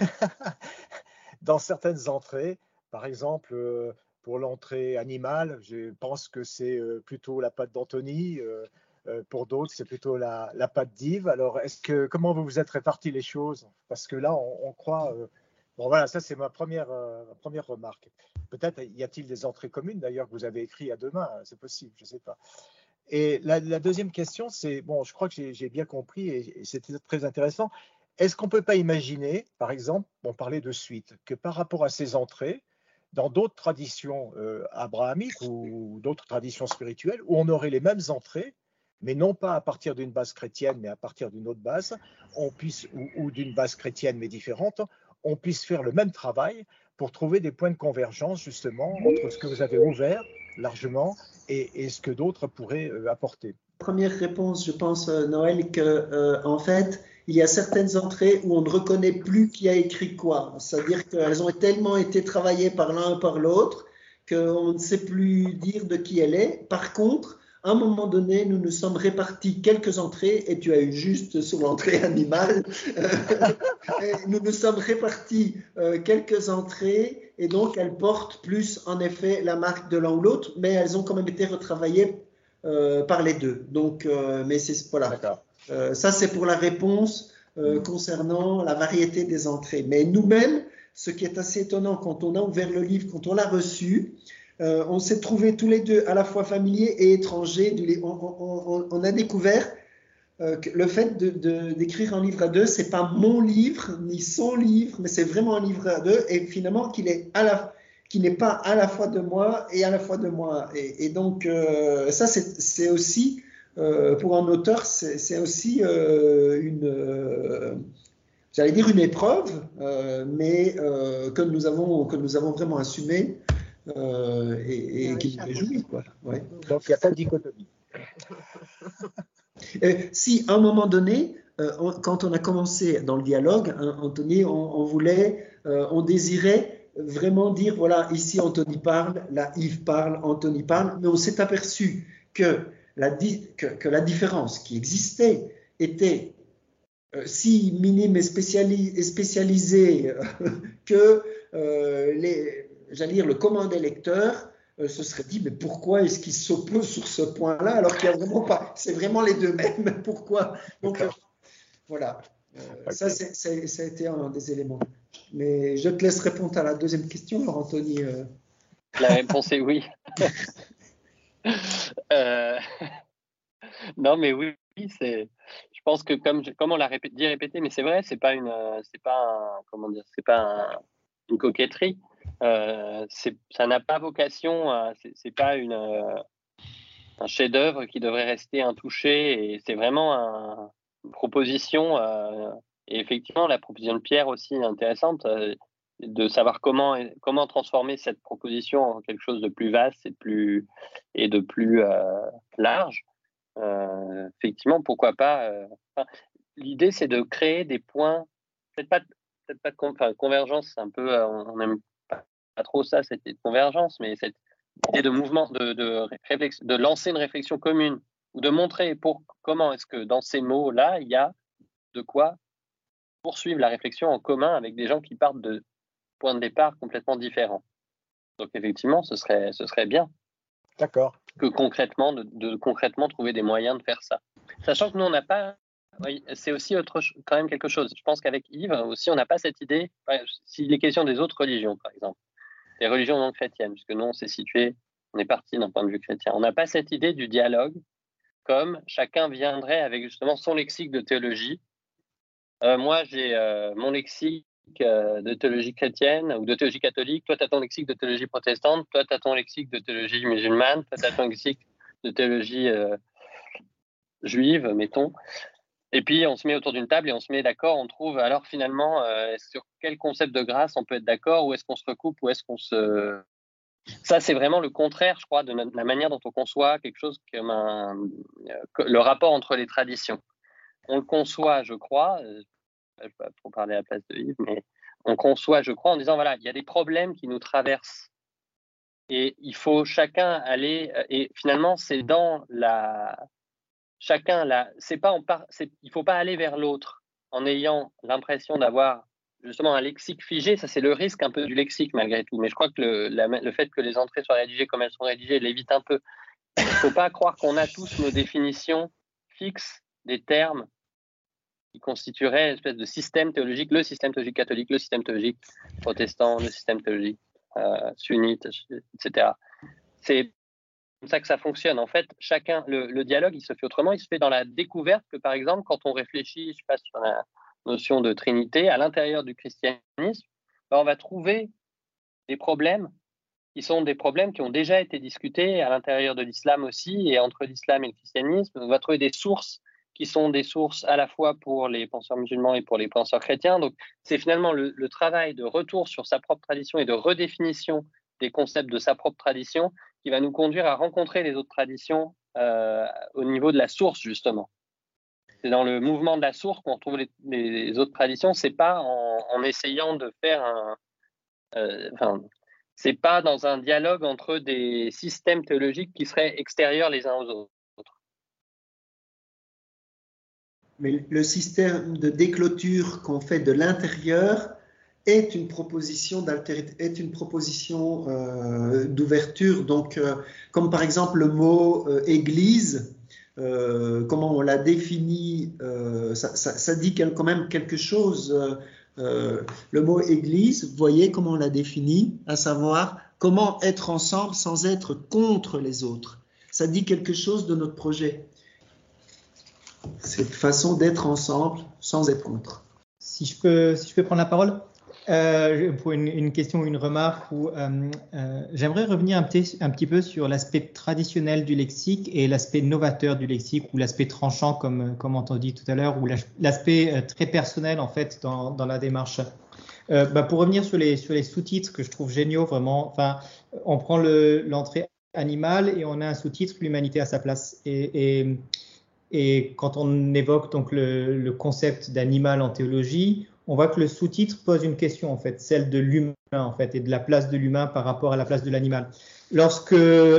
dans certaines entrées. Par exemple, pour l'entrée animale, je pense que c'est plutôt la patte d'Anthony. Pour d'autres, c'est plutôt la patte d'Yves. Alors, comment vous vous êtes répartis les choses? Parce que là, on croit. Bon, voilà, ça, c'est ma première remarque. Peut-être y a-t-il des entrées communes, d'ailleurs, que vous avez écrites à deux mains. C'est possible, je ne sais pas. Et la deuxième question, c'est, bon, je crois que j'ai bien compris et c'était très intéressant. Est-ce qu'on ne peut pas imaginer, par exemple, on parlait de suite, que par rapport à ces entrées, dans d'autres traditions abrahamiques ou d'autres traditions spirituelles, où on aurait les mêmes entrées, mais non pas à partir d'une base chrétienne, mais à partir d'une autre base, ou d'une base chrétienne mais différente, on puisse faire le même travail pour trouver des points de convergence justement entre ce que vous avez ouvert largement et ce que d'autres pourraient apporter. Première réponse, je pense, Noël, que en fait, il y a certaines entrées où on ne reconnaît plus qui a écrit quoi. C'est-à-dire qu'elles ont tellement été travaillées par l'un et par l'autre qu'on ne sait plus dire de qui elle est. Par contre, à un moment donné, nous nous sommes répartis quelques entrées, et tu as eu juste sur l'entrée animale, nous nous sommes répartis quelques entrées, et donc elles portent plus en effet la marque de l'un ou l'autre, mais elles ont quand même été retravaillées par les deux. Donc, mais c'est voilà. Ça c'est pour la réponse concernant la variété des entrées. Mais nous-mêmes, ce qui est assez étonnant quand on a ouvert le livre, quand on l'a reçu, on s'est trouvés tous les deux à la fois familiers et étrangers. On a découvert que le fait d'écrire un livre à deux, c'est pas mon livre ni son livre, mais c'est vraiment un livre à deux, et finalement qui n'est pas à la fois de moi et à la fois de moi. Et donc ça c'est aussi pour un auteur, c'est aussi j'allais dire une épreuve, mais que nous avons vraiment assumé. Et qui nous réjouit, quoi. Ouais. Donc il n'y a pas de dichotomie. Si à un moment donné, quand on a commencé dans le dialogue, Anthony, on désirait vraiment dire, voilà, ici Anthony parle, là Yves parle, Anthony parle, mais on s'est aperçu que la différence qui existait était si minime et spécialisée que j'allais dire, le commun des lecteurs se serait dit, mais pourquoi est-ce qu'ils s'opposent sur ce point-là alors qu'il n'y a vraiment pas, c'est vraiment les deux mêmes, pourquoi? Donc voilà, ça a été un des éléments. Mais je te laisse répondre à la deuxième question, alors Anthony. La réponse est oui. Non, mais oui, je pense que comme on l'a dit répété, mais c'est vrai, c'est pas une coquetterie. Ça n'a pas vocation, c'est pas un chef-d'œuvre qui devrait rester intouché, et c'est vraiment une proposition. Et effectivement, la proposition de Pierre aussi est intéressante, de savoir comment transformer cette proposition en quelque chose de plus vaste et de plus large. Effectivement, pourquoi pas. L'idée, c'est de créer des points, peut-être pas de convergence, c'est un peu, on n'aime pas trop ça, cette idée de convergence, mais cette idée de mouvement, de lancer une réflexion commune, ou de montrer comment est-ce que dans ces mots-là, il y a de quoi poursuivre la réflexion en commun avec des gens qui partent de points de départ complètement différents. Donc effectivement, ce serait bien. D'accord. Que concrètement, de concrètement trouver des moyens de faire ça. Sachant que nous, on n'a pas... Oui, c'est aussi quand même quelque chose. Je pense qu'avec Yves aussi, on n'a pas cette idée, s'il est question des autres religions, par exemple, des religions non chrétiennes, puisque nous, on est parti d'un point de vue chrétien. On n'a pas cette idée du dialogue, comme chacun viendrait avec justement son lexique de théologie. Moi, j'ai mon lexique de théologie chrétienne ou de théologie catholique, toi tu as ton lexique de théologie protestante, toi tu as ton lexique de théologie musulmane, toi tu as ton lexique de théologie juive, mettons. Et puis, on se met autour d'une table et on se met d'accord. On trouve alors finalement sur quel concept de grâce on peut être d'accord, où est-ce qu'on se recoupe, où est-ce qu'on se... Ça, c'est vraiment le contraire, je crois, de la manière dont on conçoit quelque chose comme le rapport entre les traditions. On le conçoit, je crois, je ne vais pas trop parler à la place de Yves, mais on conçoit, je crois, en disant, voilà, il y a des problèmes qui nous traversent. Et il faut chacun aller... Et finalement, c'est dans la... Chacun, là, c'est pas il faut pas aller vers l'autre en ayant l'impression d'avoir justement un lexique figé. Ça, c'est le risque un peu du lexique malgré tout. Mais je crois que le fait que les entrées soient rédigées comme elles sont rédigées l'évite un peu. Il ne faut pas croire qu'on a tous nos définitions fixes des termes qui constitueraient une espèce de système théologique, le système théologique catholique, le système théologique protestant, le système théologique sunnite, etc. C'est comme ça que ça fonctionne. En fait, chacun, le dialogue, il se fait autrement. Il se fait dans la découverte que, par exemple, quand on réfléchit, je sais pas, sur la notion de Trinité, à l'intérieur du christianisme, ben, on va trouver des problèmes qui sont des problèmes qui ont déjà été discutés à l'intérieur de l'islam aussi, et entre l'islam et le christianisme. On va trouver des sources qui sont des sources à la fois pour les penseurs musulmans et pour les penseurs chrétiens. Donc, c'est finalement le travail de retour sur sa propre tradition et de redéfinition des concepts de sa propre tradition qui va nous conduire à rencontrer les autres traditions au niveau de la source, justement. C'est dans le mouvement de la source qu'on retrouve les autres traditions. C'est pas en essayant de faire c'est pas dans un dialogue entre des systèmes théologiques qui seraient extérieurs les uns aux autres. Mais le système de décloture qu'on fait de l'intérieur est une proposition d'ouverture. Donc, comme par exemple le mot église, comment on l'a défini, ça dit quand même quelque chose. Le mot église, vous voyez comment on l'a défini, à savoir comment être ensemble sans être contre les autres. Ça dit quelque chose de notre projet. Cette façon d'être ensemble sans être contre. Si je peux prendre la parole pour une question ou une remarque, j'aimerais revenir un petit peu sur l'aspect traditionnel du lexique et l'aspect novateur du lexique, ou l'aspect tranchant comme entendu tout à l'heure, ou l'aspect très personnel en fait dans la démarche. Pour revenir sur les sous-titres que je trouve géniaux vraiment, enfin, on prend l'entrée animale et on a un sous-titre l'humanité à sa place, et quand on évoque donc le concept d'animal en théologie, on voit que le sous-titre pose une question en fait, celle de l'humain en fait, et de la place de l'humain par rapport à la place de l'animal. Lorsque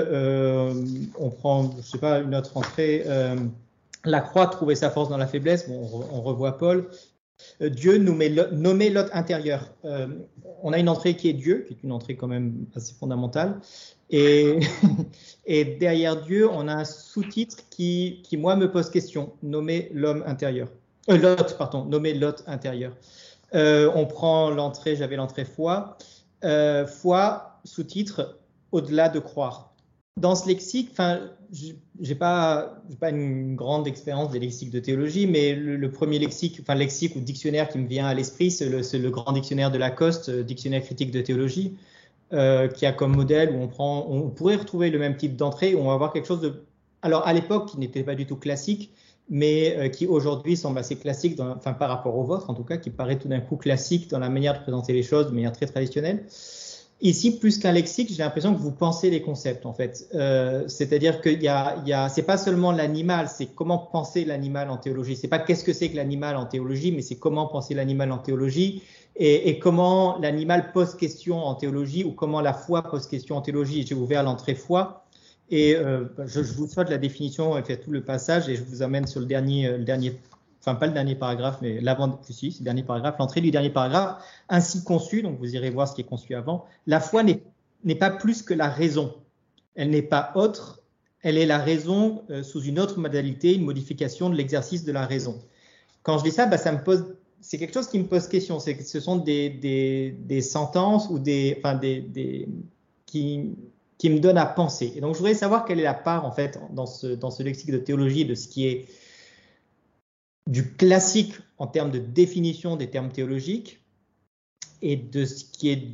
on prend, je sais pas, une autre entrée, la croix trouvait sa force dans la faiblesse. Bon, on revoit Paul. Dieu nommait l'autre intérieur. On a une entrée qui est Dieu, qui est une entrée quand même assez fondamentale. Et derrière Dieu, on a un sous-titre qui moi me pose question, nommer l'homme intérieur. Nommer l'autre intérieur. On prend l'entrée, j'avais l'entrée foi. Foi, sous-titre, au-delà de croire. Dans ce lexique, j'ai pas une grande expérience des lexiques de théologie, mais le premier lexique ou dictionnaire qui me vient à l'esprit, c'est le grand dictionnaire de Lacoste, dictionnaire critique de théologie, qui a comme modèle où on pourrait retrouver le même type d'entrée, où on va avoir quelque chose de, alors à l'époque qui n'était pas du tout classique, mais qui aujourd'hui semble assez classique, par rapport au vôtre en tout cas, qui paraît tout d'un coup classique dans la manière de présenter les choses de manière très traditionnelle. Ici, plus qu'un lexique, j'ai l'impression que vous pensez les concepts en fait. C'est-à-dire que c'est pas seulement l'animal, c'est comment penser l'animal en théologie. C'est pas qu'est-ce que c'est que l'animal en théologie, mais c'est comment penser l'animal en théologie et comment l'animal pose question en théologie, ou comment la foi pose question en théologie. J'ai ouvert l'entrée foi. Et je vous souhaite la définition et fait tout le passage, et je vous amène sur le dernier, enfin pas le dernier paragraphe, mais l'avant, si, c'est le dernier paragraphe, l'entrée du dernier paragraphe, ainsi conçu, donc vous irez voir ce qui est conçu avant. La foi n'est pas plus que la raison, elle n'est pas autre, elle est la raison sous une autre modalité, une modification de l'exercice de la raison. Quand je dis ça, c'est quelque chose qui me pose question, c'est que ce sont des sentences ou qui me donne à penser. Et donc, je voudrais savoir quelle est la part, en fait, dans ce lexique de théologie, de ce qui est du classique en termes de définition des termes théologiques, et de ce qui est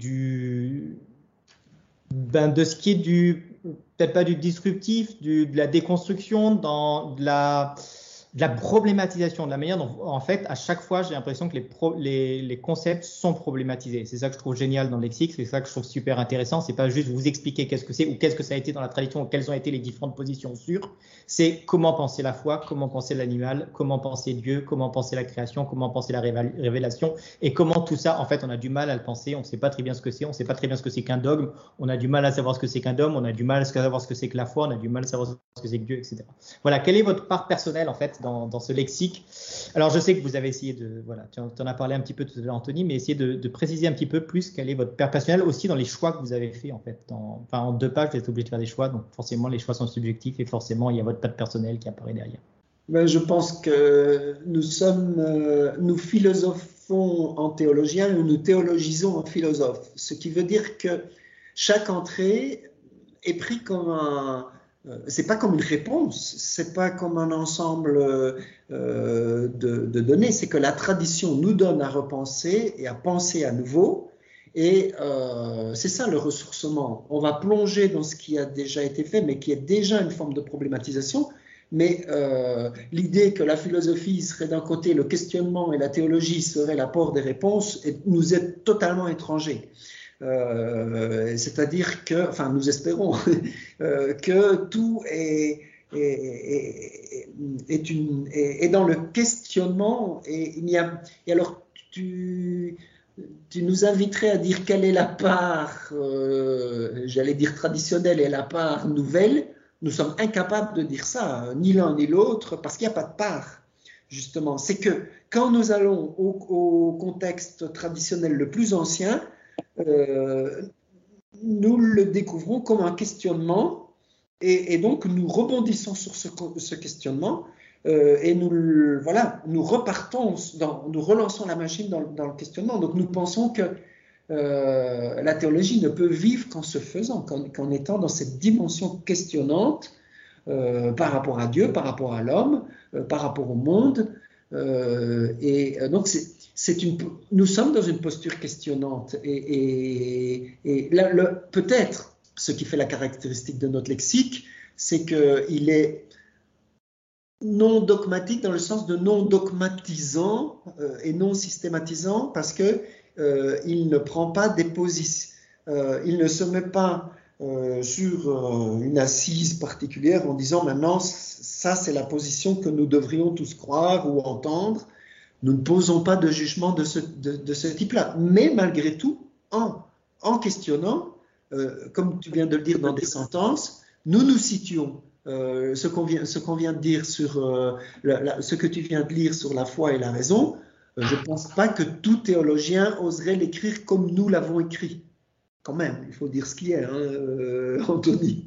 peut-être pas du disruptif, de la déconstruction, de la problématisation, de la manière dont, en fait, à chaque fois, j'ai l'impression que les concepts sont problématisés. C'est ça que je trouve génial dans le lexique, c'est ça que je trouve super intéressant. C'est pas juste vous expliquer qu'est-ce que c'est ou qu'est-ce que ça a été dans la tradition ou quelles ont été les différentes positions sur. C'est comment penser la foi, comment penser l'animal, comment penser Dieu, comment penser la création, comment penser la révélation et comment tout ça, en fait, on a du mal à le penser. On ne sait pas très bien ce que c'est, on ne sait pas très bien ce que c'est qu'un dogme. On a du mal à savoir ce que c'est qu'un dogme, on a du mal à savoir ce que c'est que la foi, on a du mal à savoir ce que c'est que Dieu, etc. Voilà, quelle est votre part personnelle, en fait, dans ce lexique? Alors, je sais que vous avez essayé de, voilà, tu en as parlé un petit peu tout à l'heure, Anthony, mais essayez de préciser un petit peu plus quelle est votre part personnelle aussi dans les choix que vous avez faits, en fait. En 2 pages, vous êtes obligé de faire des choix, donc forcément, les choix sont subjectifs et forcément, il y a votre part personnelle qui apparaît derrière. Ben, je pense que nous philosophons en théologien ou nous théologisons en philosophe, ce qui veut dire que chaque entrée est pris comme c'est pas comme une réponse, c'est pas comme un ensemble de données, c'est que la tradition nous donne à repenser et à penser à nouveau, et c'est ça le ressourcement. On va plonger dans ce qui a déjà été fait, mais qui est déjà une forme de problématisation. Mais l'idée que la philosophie serait d'un côté le questionnement et la théologie serait l'apport des réponses nous est totalement étranger. C'est-à-dire que, enfin, nous espérons que tout est dans le questionnement. Et alors, tu nous inviterais à dire quelle est la part, j'allais dire traditionnelle, et la part nouvelle. Nous sommes incapables de dire ça, ni l'un ni l'autre, parce qu'il n'y a pas de part, justement. C'est que quand nous allons au contexte traditionnel le plus ancien, nous le découvrons comme un questionnement, et donc nous rebondissons sur ce questionnement, et nous repartons, nous relançons la machine dans le questionnement. Donc nous pensons que la théologie ne peut vivre qu'en se faisant, qu'en étant dans cette dimension questionnante par rapport à Dieu, par rapport à l'homme, par rapport au monde. Donc nous sommes dans une posture questionnante. Et peut-être ce qui fait la caractéristique de notre lexique, c'est qu'il est non dogmatique dans le sens de non dogmatisant et non systématisant, parce que il ne prend pas des positions, il ne se met pas sur une assise particulière en disant maintenant ça c'est la position que nous devrions tous croire ou entendre. Nous ne posons pas de jugement de ce type-là, mais malgré tout, en questionnant, comme tu viens de le dire dans des sentences, nous nous situons. Ce qu'on vient de dire sur ce que tu viens de lire sur la foi et la raison, je ne pense pas que tout théologien oserait l'écrire comme nous l'avons écrit. Quand même, il faut dire ce qui est, Anthony.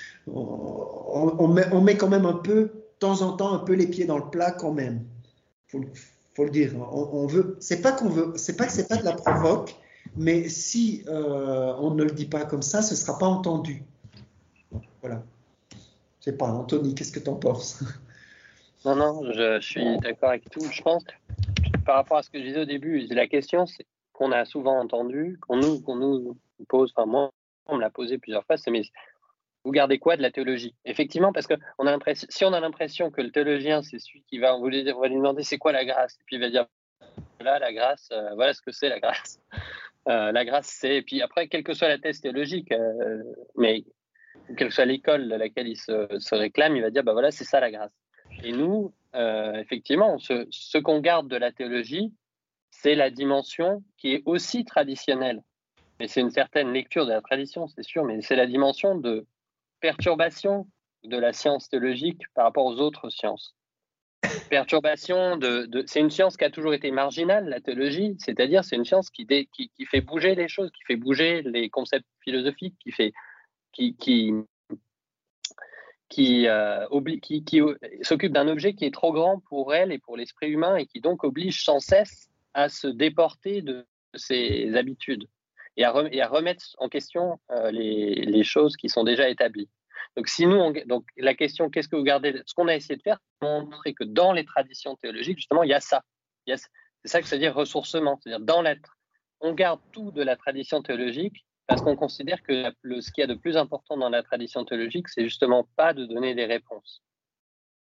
On met quand même un peu, de temps en temps, un peu les pieds dans le plat quand même. Faut le dire. On veut. C'est pas que c'est pas de la provoque, mais si on ne le dit pas comme ça, ce sera pas entendu. Voilà. Je sais pas, Anthony, qu'est-ce que tu en penses? Non, je suis d'accord avec tout. Je pense, par rapport à ce que je disais au début, la question qu'on a souvent entendue, qu'on nous pose, enfin moi, on me l'a posé plusieurs fois, c'est mais vous gardez quoi de la théologie? Effectivement, parce que si on a l'impression que le théologien, c'est celui qui va, on va lui demander c'est quoi la grâce, et puis il va dire là, la grâce, voilà ce que c'est la grâce. La grâce, c'est, et puis après, quelle que soit la thèse théologique, mais quelle que soit l'école à laquelle il se réclame, il va dire, bah voilà, c'est ça la grâce. Et nous, effectivement, ce qu'on garde de la théologie, c'est la dimension qui est aussi traditionnelle. Mais c'est une certaine lecture de la tradition, c'est sûr, mais c'est la dimension de perturbation de la science théologique par rapport aux autres sciences. Perturbation c'est une science qui a toujours été marginale, la théologie, c'est-à-dire c'est une science qui fait bouger les choses, qui fait bouger les concepts philosophiques, qui s'occupe d'un objet qui est trop grand pour elle et pour l'esprit humain et qui donc oblige sans cesse à se déporter de ses habitudes et à remettre en question les choses qui sont déjà établies. Donc, donc la question, qu'est-ce que vous gardez? Ce qu'on a essayé de faire, c'est montrer que dans les traditions théologiques, justement, il y a ça. C'est ça que ça veut dire ressourcement. C'est-à-dire, dans l'être, on garde tout de la tradition théologique parce qu'on considère que ce qu'il y a de plus important dans la tradition théologique, c'est justement pas de donner des réponses.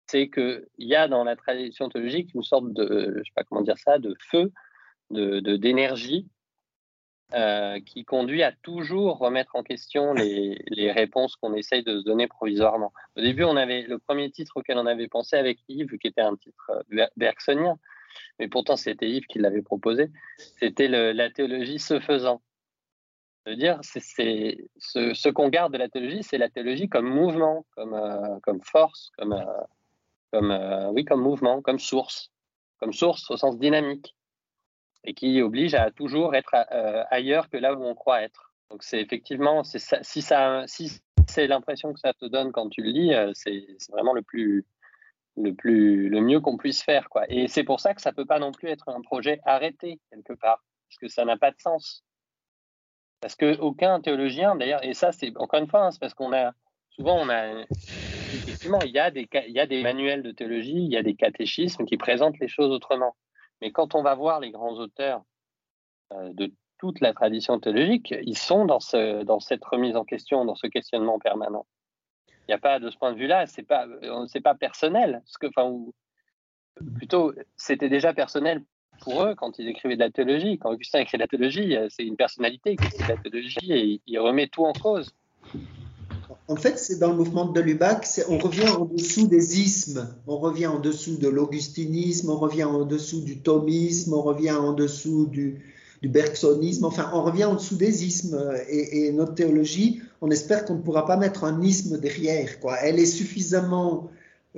c'est qu'il y a dans la tradition théologique une sorte de, je sais pas comment dire ça, de feu, d'énergie qui conduit à toujours remettre en question les réponses qu'on essaye de se donner provisoirement. Au début, on avait le premier titre auquel on avait pensé avec Yves, qui était un titre bergsonien, mais pourtant c'était Yves qui l'avait proposé, c'était la théologie se faisant. C'est-à-dire, ce qu'on garde de la théologie, c'est la théologie comme mouvement, comme force, comme mouvement, comme source au sens dynamique, et qui oblige à toujours être ailleurs que là où on croit être. Donc c'est effectivement, si c'est l'impression que ça te donne quand tu le lis, c'est vraiment le mieux qu'on puisse faire, quoi. Et c'est pour ça que ça peut pas non plus être un projet arrêté quelque part, parce que ça n'a pas de sens. Parce qu'aucun théologien, d'ailleurs, et ça c'est encore une fois, hein, c'est parce effectivement, il y a des manuels de théologie, il y a des catéchismes qui présentent les choses autrement. Mais quand on va voir les grands auteurs de toute la tradition théologique, ils sont dans cette remise en question, dans ce questionnement permanent. Il n'y a pas, de ce point de vue-là, c'est pas personnel. Plutôt, c'était déjà personnel pour eux quand ils écrivaient de la théologie. Quand Augustin écrit de la théologie, c'est une personnalité qui écrit de la théologie et il remet tout en cause. En fait, c'est dans le mouvement de Lubac, on revient en dessous des ismes, on revient en dessous de l'augustinisme, on revient en dessous du thomisme, on revient en dessous du bergsonisme, enfin, on revient en dessous des ismes. Et notre théologie, on espère qu'on ne pourra pas mettre un isme derrière, quoi. Elle est suffisamment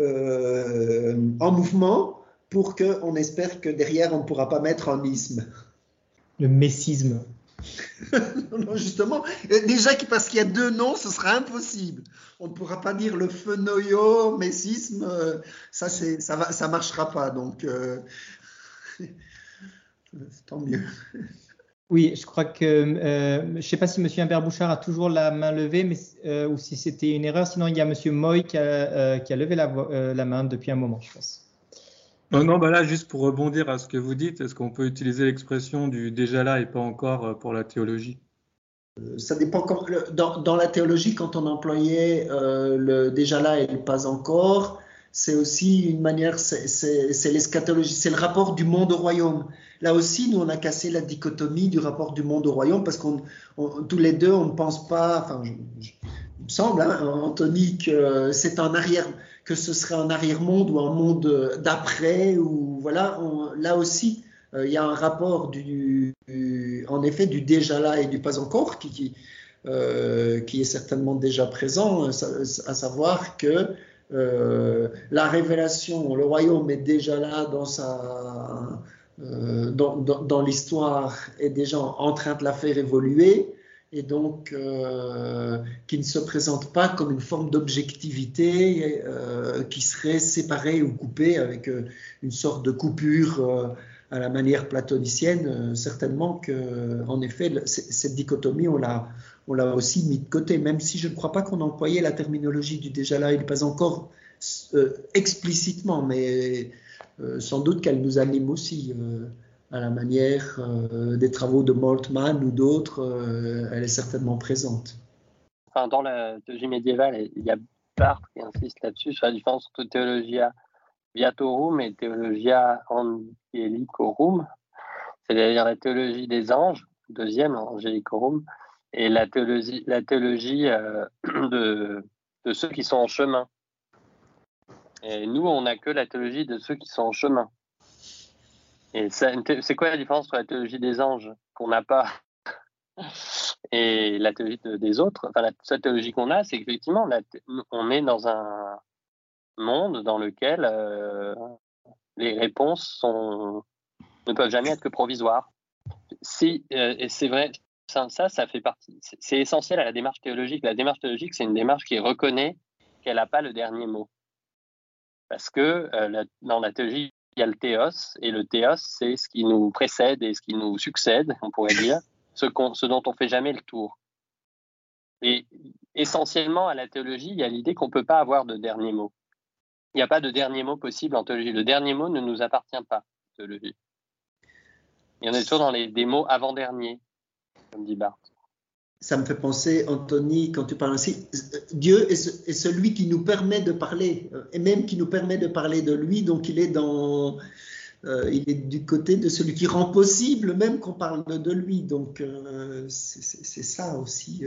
en mouvement pour qu'on espère que derrière, on ne pourra pas mettre un isme. Le messisme. Non, justement, déjà parce qu'il y a deux noms, ce sera impossible. On ne pourra pas dire le phenoio, messisme, ça marchera pas. Donc, tant mieux. Oui, je crois que je ne sais pas si M. Imbert-Bouchard a toujours la main levée, mais ou si c'était une erreur. Sinon, il y a M. Moy qui a levé la main depuis un moment, je pense. Non, là, juste pour rebondir à ce que vous dites, est-ce qu'on peut utiliser l'expression du déjà là et pas encore pour la théologie? Ça dépend. Dans la théologie, quand on employait le déjà là et le pas encore, c'est aussi une manière, c'est l'eschatologie, c'est le rapport du monde au royaume. Là aussi, nous, on a cassé la dichotomie du rapport du monde au royaume parce qu'on tous les deux, on ne pense pas, enfin, il me semble, hein, Anthony, que c'est que ce serait un arrière-monde ou un monde d'après, ou voilà, là aussi, il y a un rapport en effet du déjà là et du pas encore qui est certainement déjà présent, à savoir que la révélation, le royaume est déjà là dans l'histoire, est déjà en train de la faire évoluer, et donc qui ne se présente pas comme une forme d'objectivité qui serait séparée ou coupée avec une sorte de coupure à la manière platonicienne. Certainement que, en effet, cette dichotomie, on l'a aussi mis de côté, même si je ne crois pas qu'on employait la terminologie du déjà là et du pas encore explicitement, mais sans doute qu'elle nous anime aussi. À la manière des travaux de Moltmann ou d'autres, elle est certainement présente. Enfin, dans la théologie médiévale, il y a Barthes qui insiste là-dessus, sur la différence entre Theologia Viatorum et Theologia Angelicorum, c'est-à-dire la théologie des anges, deuxième, Angelicorum, et la théologie de ceux qui sont en chemin. Et nous, on n'a que la théologie de ceux qui sont en chemin. Et c'est quoi la différence entre la théologie des anges qu'on n'a pas et la théologie des autres? Enfin, la seule théologie qu'on a, c'est qu'effectivement, on est dans un monde dans lequel les réponses ne peuvent jamais être que provisoires. Et c'est vrai, ça fait partie. C'est essentiel à la démarche théologique. La démarche théologique, c'est une démarche qui reconnaît qu'elle n'a pas le dernier mot. Parce que dans la théologie, il y a le théos, et le théos, c'est ce qui nous précède et ce qui nous succède, on pourrait dire, ce dont on ne fait jamais le tour. Et essentiellement, à la théologie, il y a l'idée qu'on ne peut pas avoir de dernier mot. Il n'y a pas de dernier mot possible en théologie. Le dernier mot ne nous appartient pas, en théologie. Il y en a toujours dans des mots avant-derniers, comme dit Barthes. Ça me fait penser, Anthony, quand tu parles ainsi, Dieu est celui qui nous permet de parler, et même qui nous permet de parler de lui, donc il est du côté de celui qui rend possible même qu'on parle de lui, donc c'est ça aussi.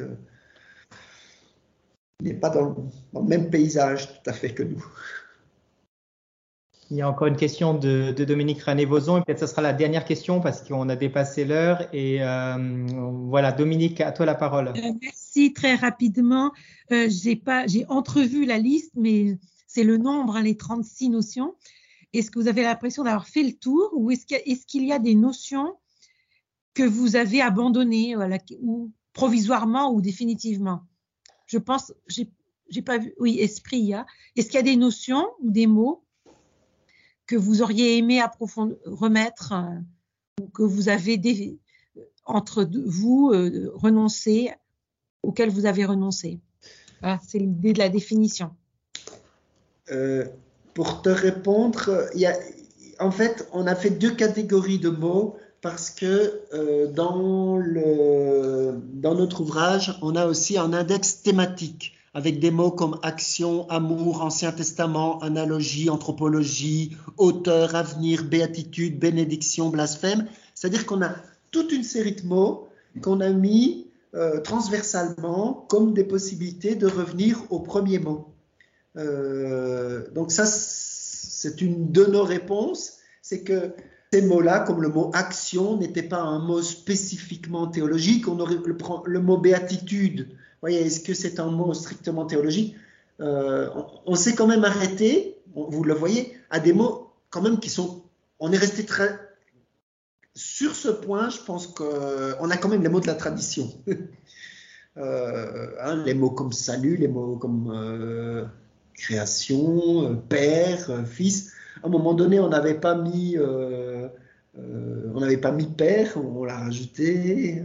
Il n'est pas dans le même paysage tout à fait que nous. Il y a encore une question de Dominique Ranet-Vozon, et peut-être ce sera la dernière question parce qu'on a dépassé l'heure. Et voilà, Dominique, à toi la parole. Merci, très rapidement. J'ai entrevu la liste, mais c'est le nombre, les 36 notions. Est-ce que vous avez l'impression d'avoir fait le tour, ou est-ce qu'il y a des notions que vous avez abandonnées, voilà, ou provisoirement ou définitivement? Je pense, j'ai pas vu. Oui, esprit, il y a. Est-ce qu'il y a des notions ou des mots que vous auriez aimé remettre, ou que vous avez entre vous renoncé, auquel vous avez renoncé? Voilà, c'est l'idée de la définition. Pour te répondre, en fait, on a fait 2 catégories de mots parce que dans notre ouvrage, on a aussi un index thématique avec des mots comme action, amour, Ancien Testament, analogie, anthropologie, auteur, avenir, béatitude, bénédiction, blasphème. C'est-à-dire qu'on a toute une série de mots qu'on a mis transversalement comme des possibilités de revenir au premier mot. Donc ça, c'est une de nos réponses, c'est que ces mots-là, comme le mot action, n'étaient pas un mot spécifiquement théologique. On aurait le mot béatitude. Voyez, est-ce que c'est un mot strictement théologique? On s'est quand même arrêté, vous le voyez, à des mots quand même qui sont... On est resté très... Sur ce point, je pense qu'on a quand même les mots de la tradition. Les mots comme salut, les mots comme création, père, fils. À un moment donné, on n'avait pas mis père, on l'a rajouté.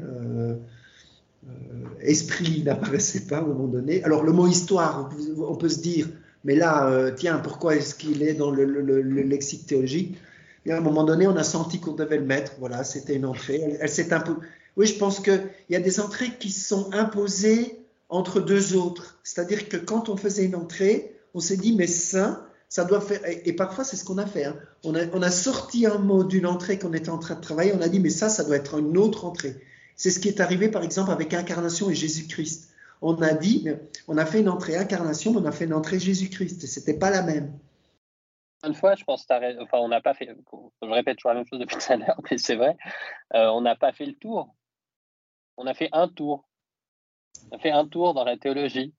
Esprit n'apparaissait pas à un moment donné. Alors le mot histoire, on peut se dire, mais là, tiens, pourquoi est-ce qu'il est dans le lexique théologique? Et à un moment donné, on a senti qu'on devait le mettre. Voilà, c'était une entrée. Elle s'est imposée. Oui, je pense qu'il y a des entrées qui sont imposées entre 2 autres. C'est-à-dire que quand on faisait une entrée, on s'est dit, mais ça doit faire... Et parfois, c'est ce qu'on a fait. Hein. On a sorti un mot d'une entrée qu'on était en train de travailler. On a dit, mais ça doit être une autre entrée. C'est ce qui est arrivé, par exemple, avec Incarnation et Jésus-Christ. On a dit, on a fait une entrée Incarnation, mais on a fait une entrée Jésus-Christ. Et c'était pas la même. Une fois, je pense, on n'a pas fait... Je répète toujours la même chose depuis tout à l'heure, mais c'est vrai. On n'a pas fait le tour. On a fait un tour. On a fait un tour dans la théologie.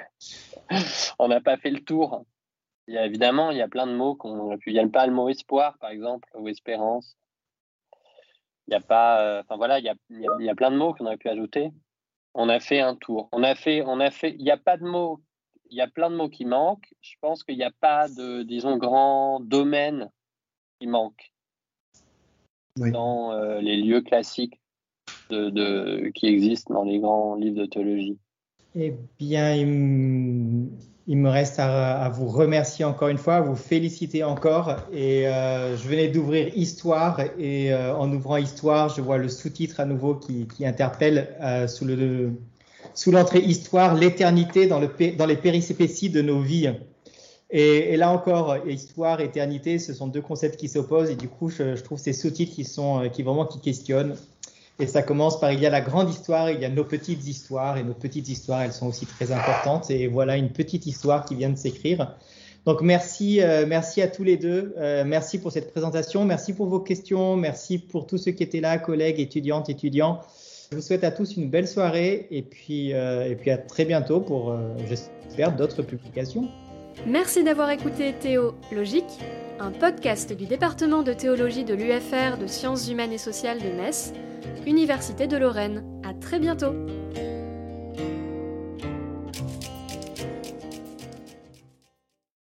On n'a pas fait le tour. Évidemment, il y a plein de mots qu'on a pu. Il n'y a pas le mot espoir, par exemple, ou espérance. Il n'y a pas. Il y a plein de mots qu'on aurait pu ajouter. On a fait un tour. Il n'y a pas de mots. Il y a plein de mots qui manquent. Je pense qu'il n'y a pas de, disons, grand domaine qui manque dans les lieux classiques qui existent dans les grands livres de théologie. Eh bien, il me reste à vous remercier encore une fois, à vous féliciter encore. Et je venais d'ouvrir Histoire, et en ouvrant Histoire, je vois le sous-titre à nouveau qui interpelle sous l'entrée Histoire, l'éternité dans les péripéties de nos vies. Et là encore, Histoire, éternité, ce sont 2 concepts qui s'opposent, et du coup, je trouve ces sous-titres qui questionnent. Et ça commence par, il y a la grande histoire, il y a nos petites histoires, et nos petites histoires, elles sont aussi très importantes. Et voilà une petite histoire qui vient de s'écrire. Donc merci à tous les deux. Merci pour cette présentation, merci pour vos questions, merci pour tous ceux qui étaient là, collègues, étudiantes, étudiants. Je vous souhaite à tous une belle soirée, et puis à très bientôt pour, j'espère, d'autres publications. Merci d'avoir écouté Théologique, un podcast du département de théologie de l'UFR de Sciences humaines et sociales de Metz, Université de Lorraine. À très bientôt.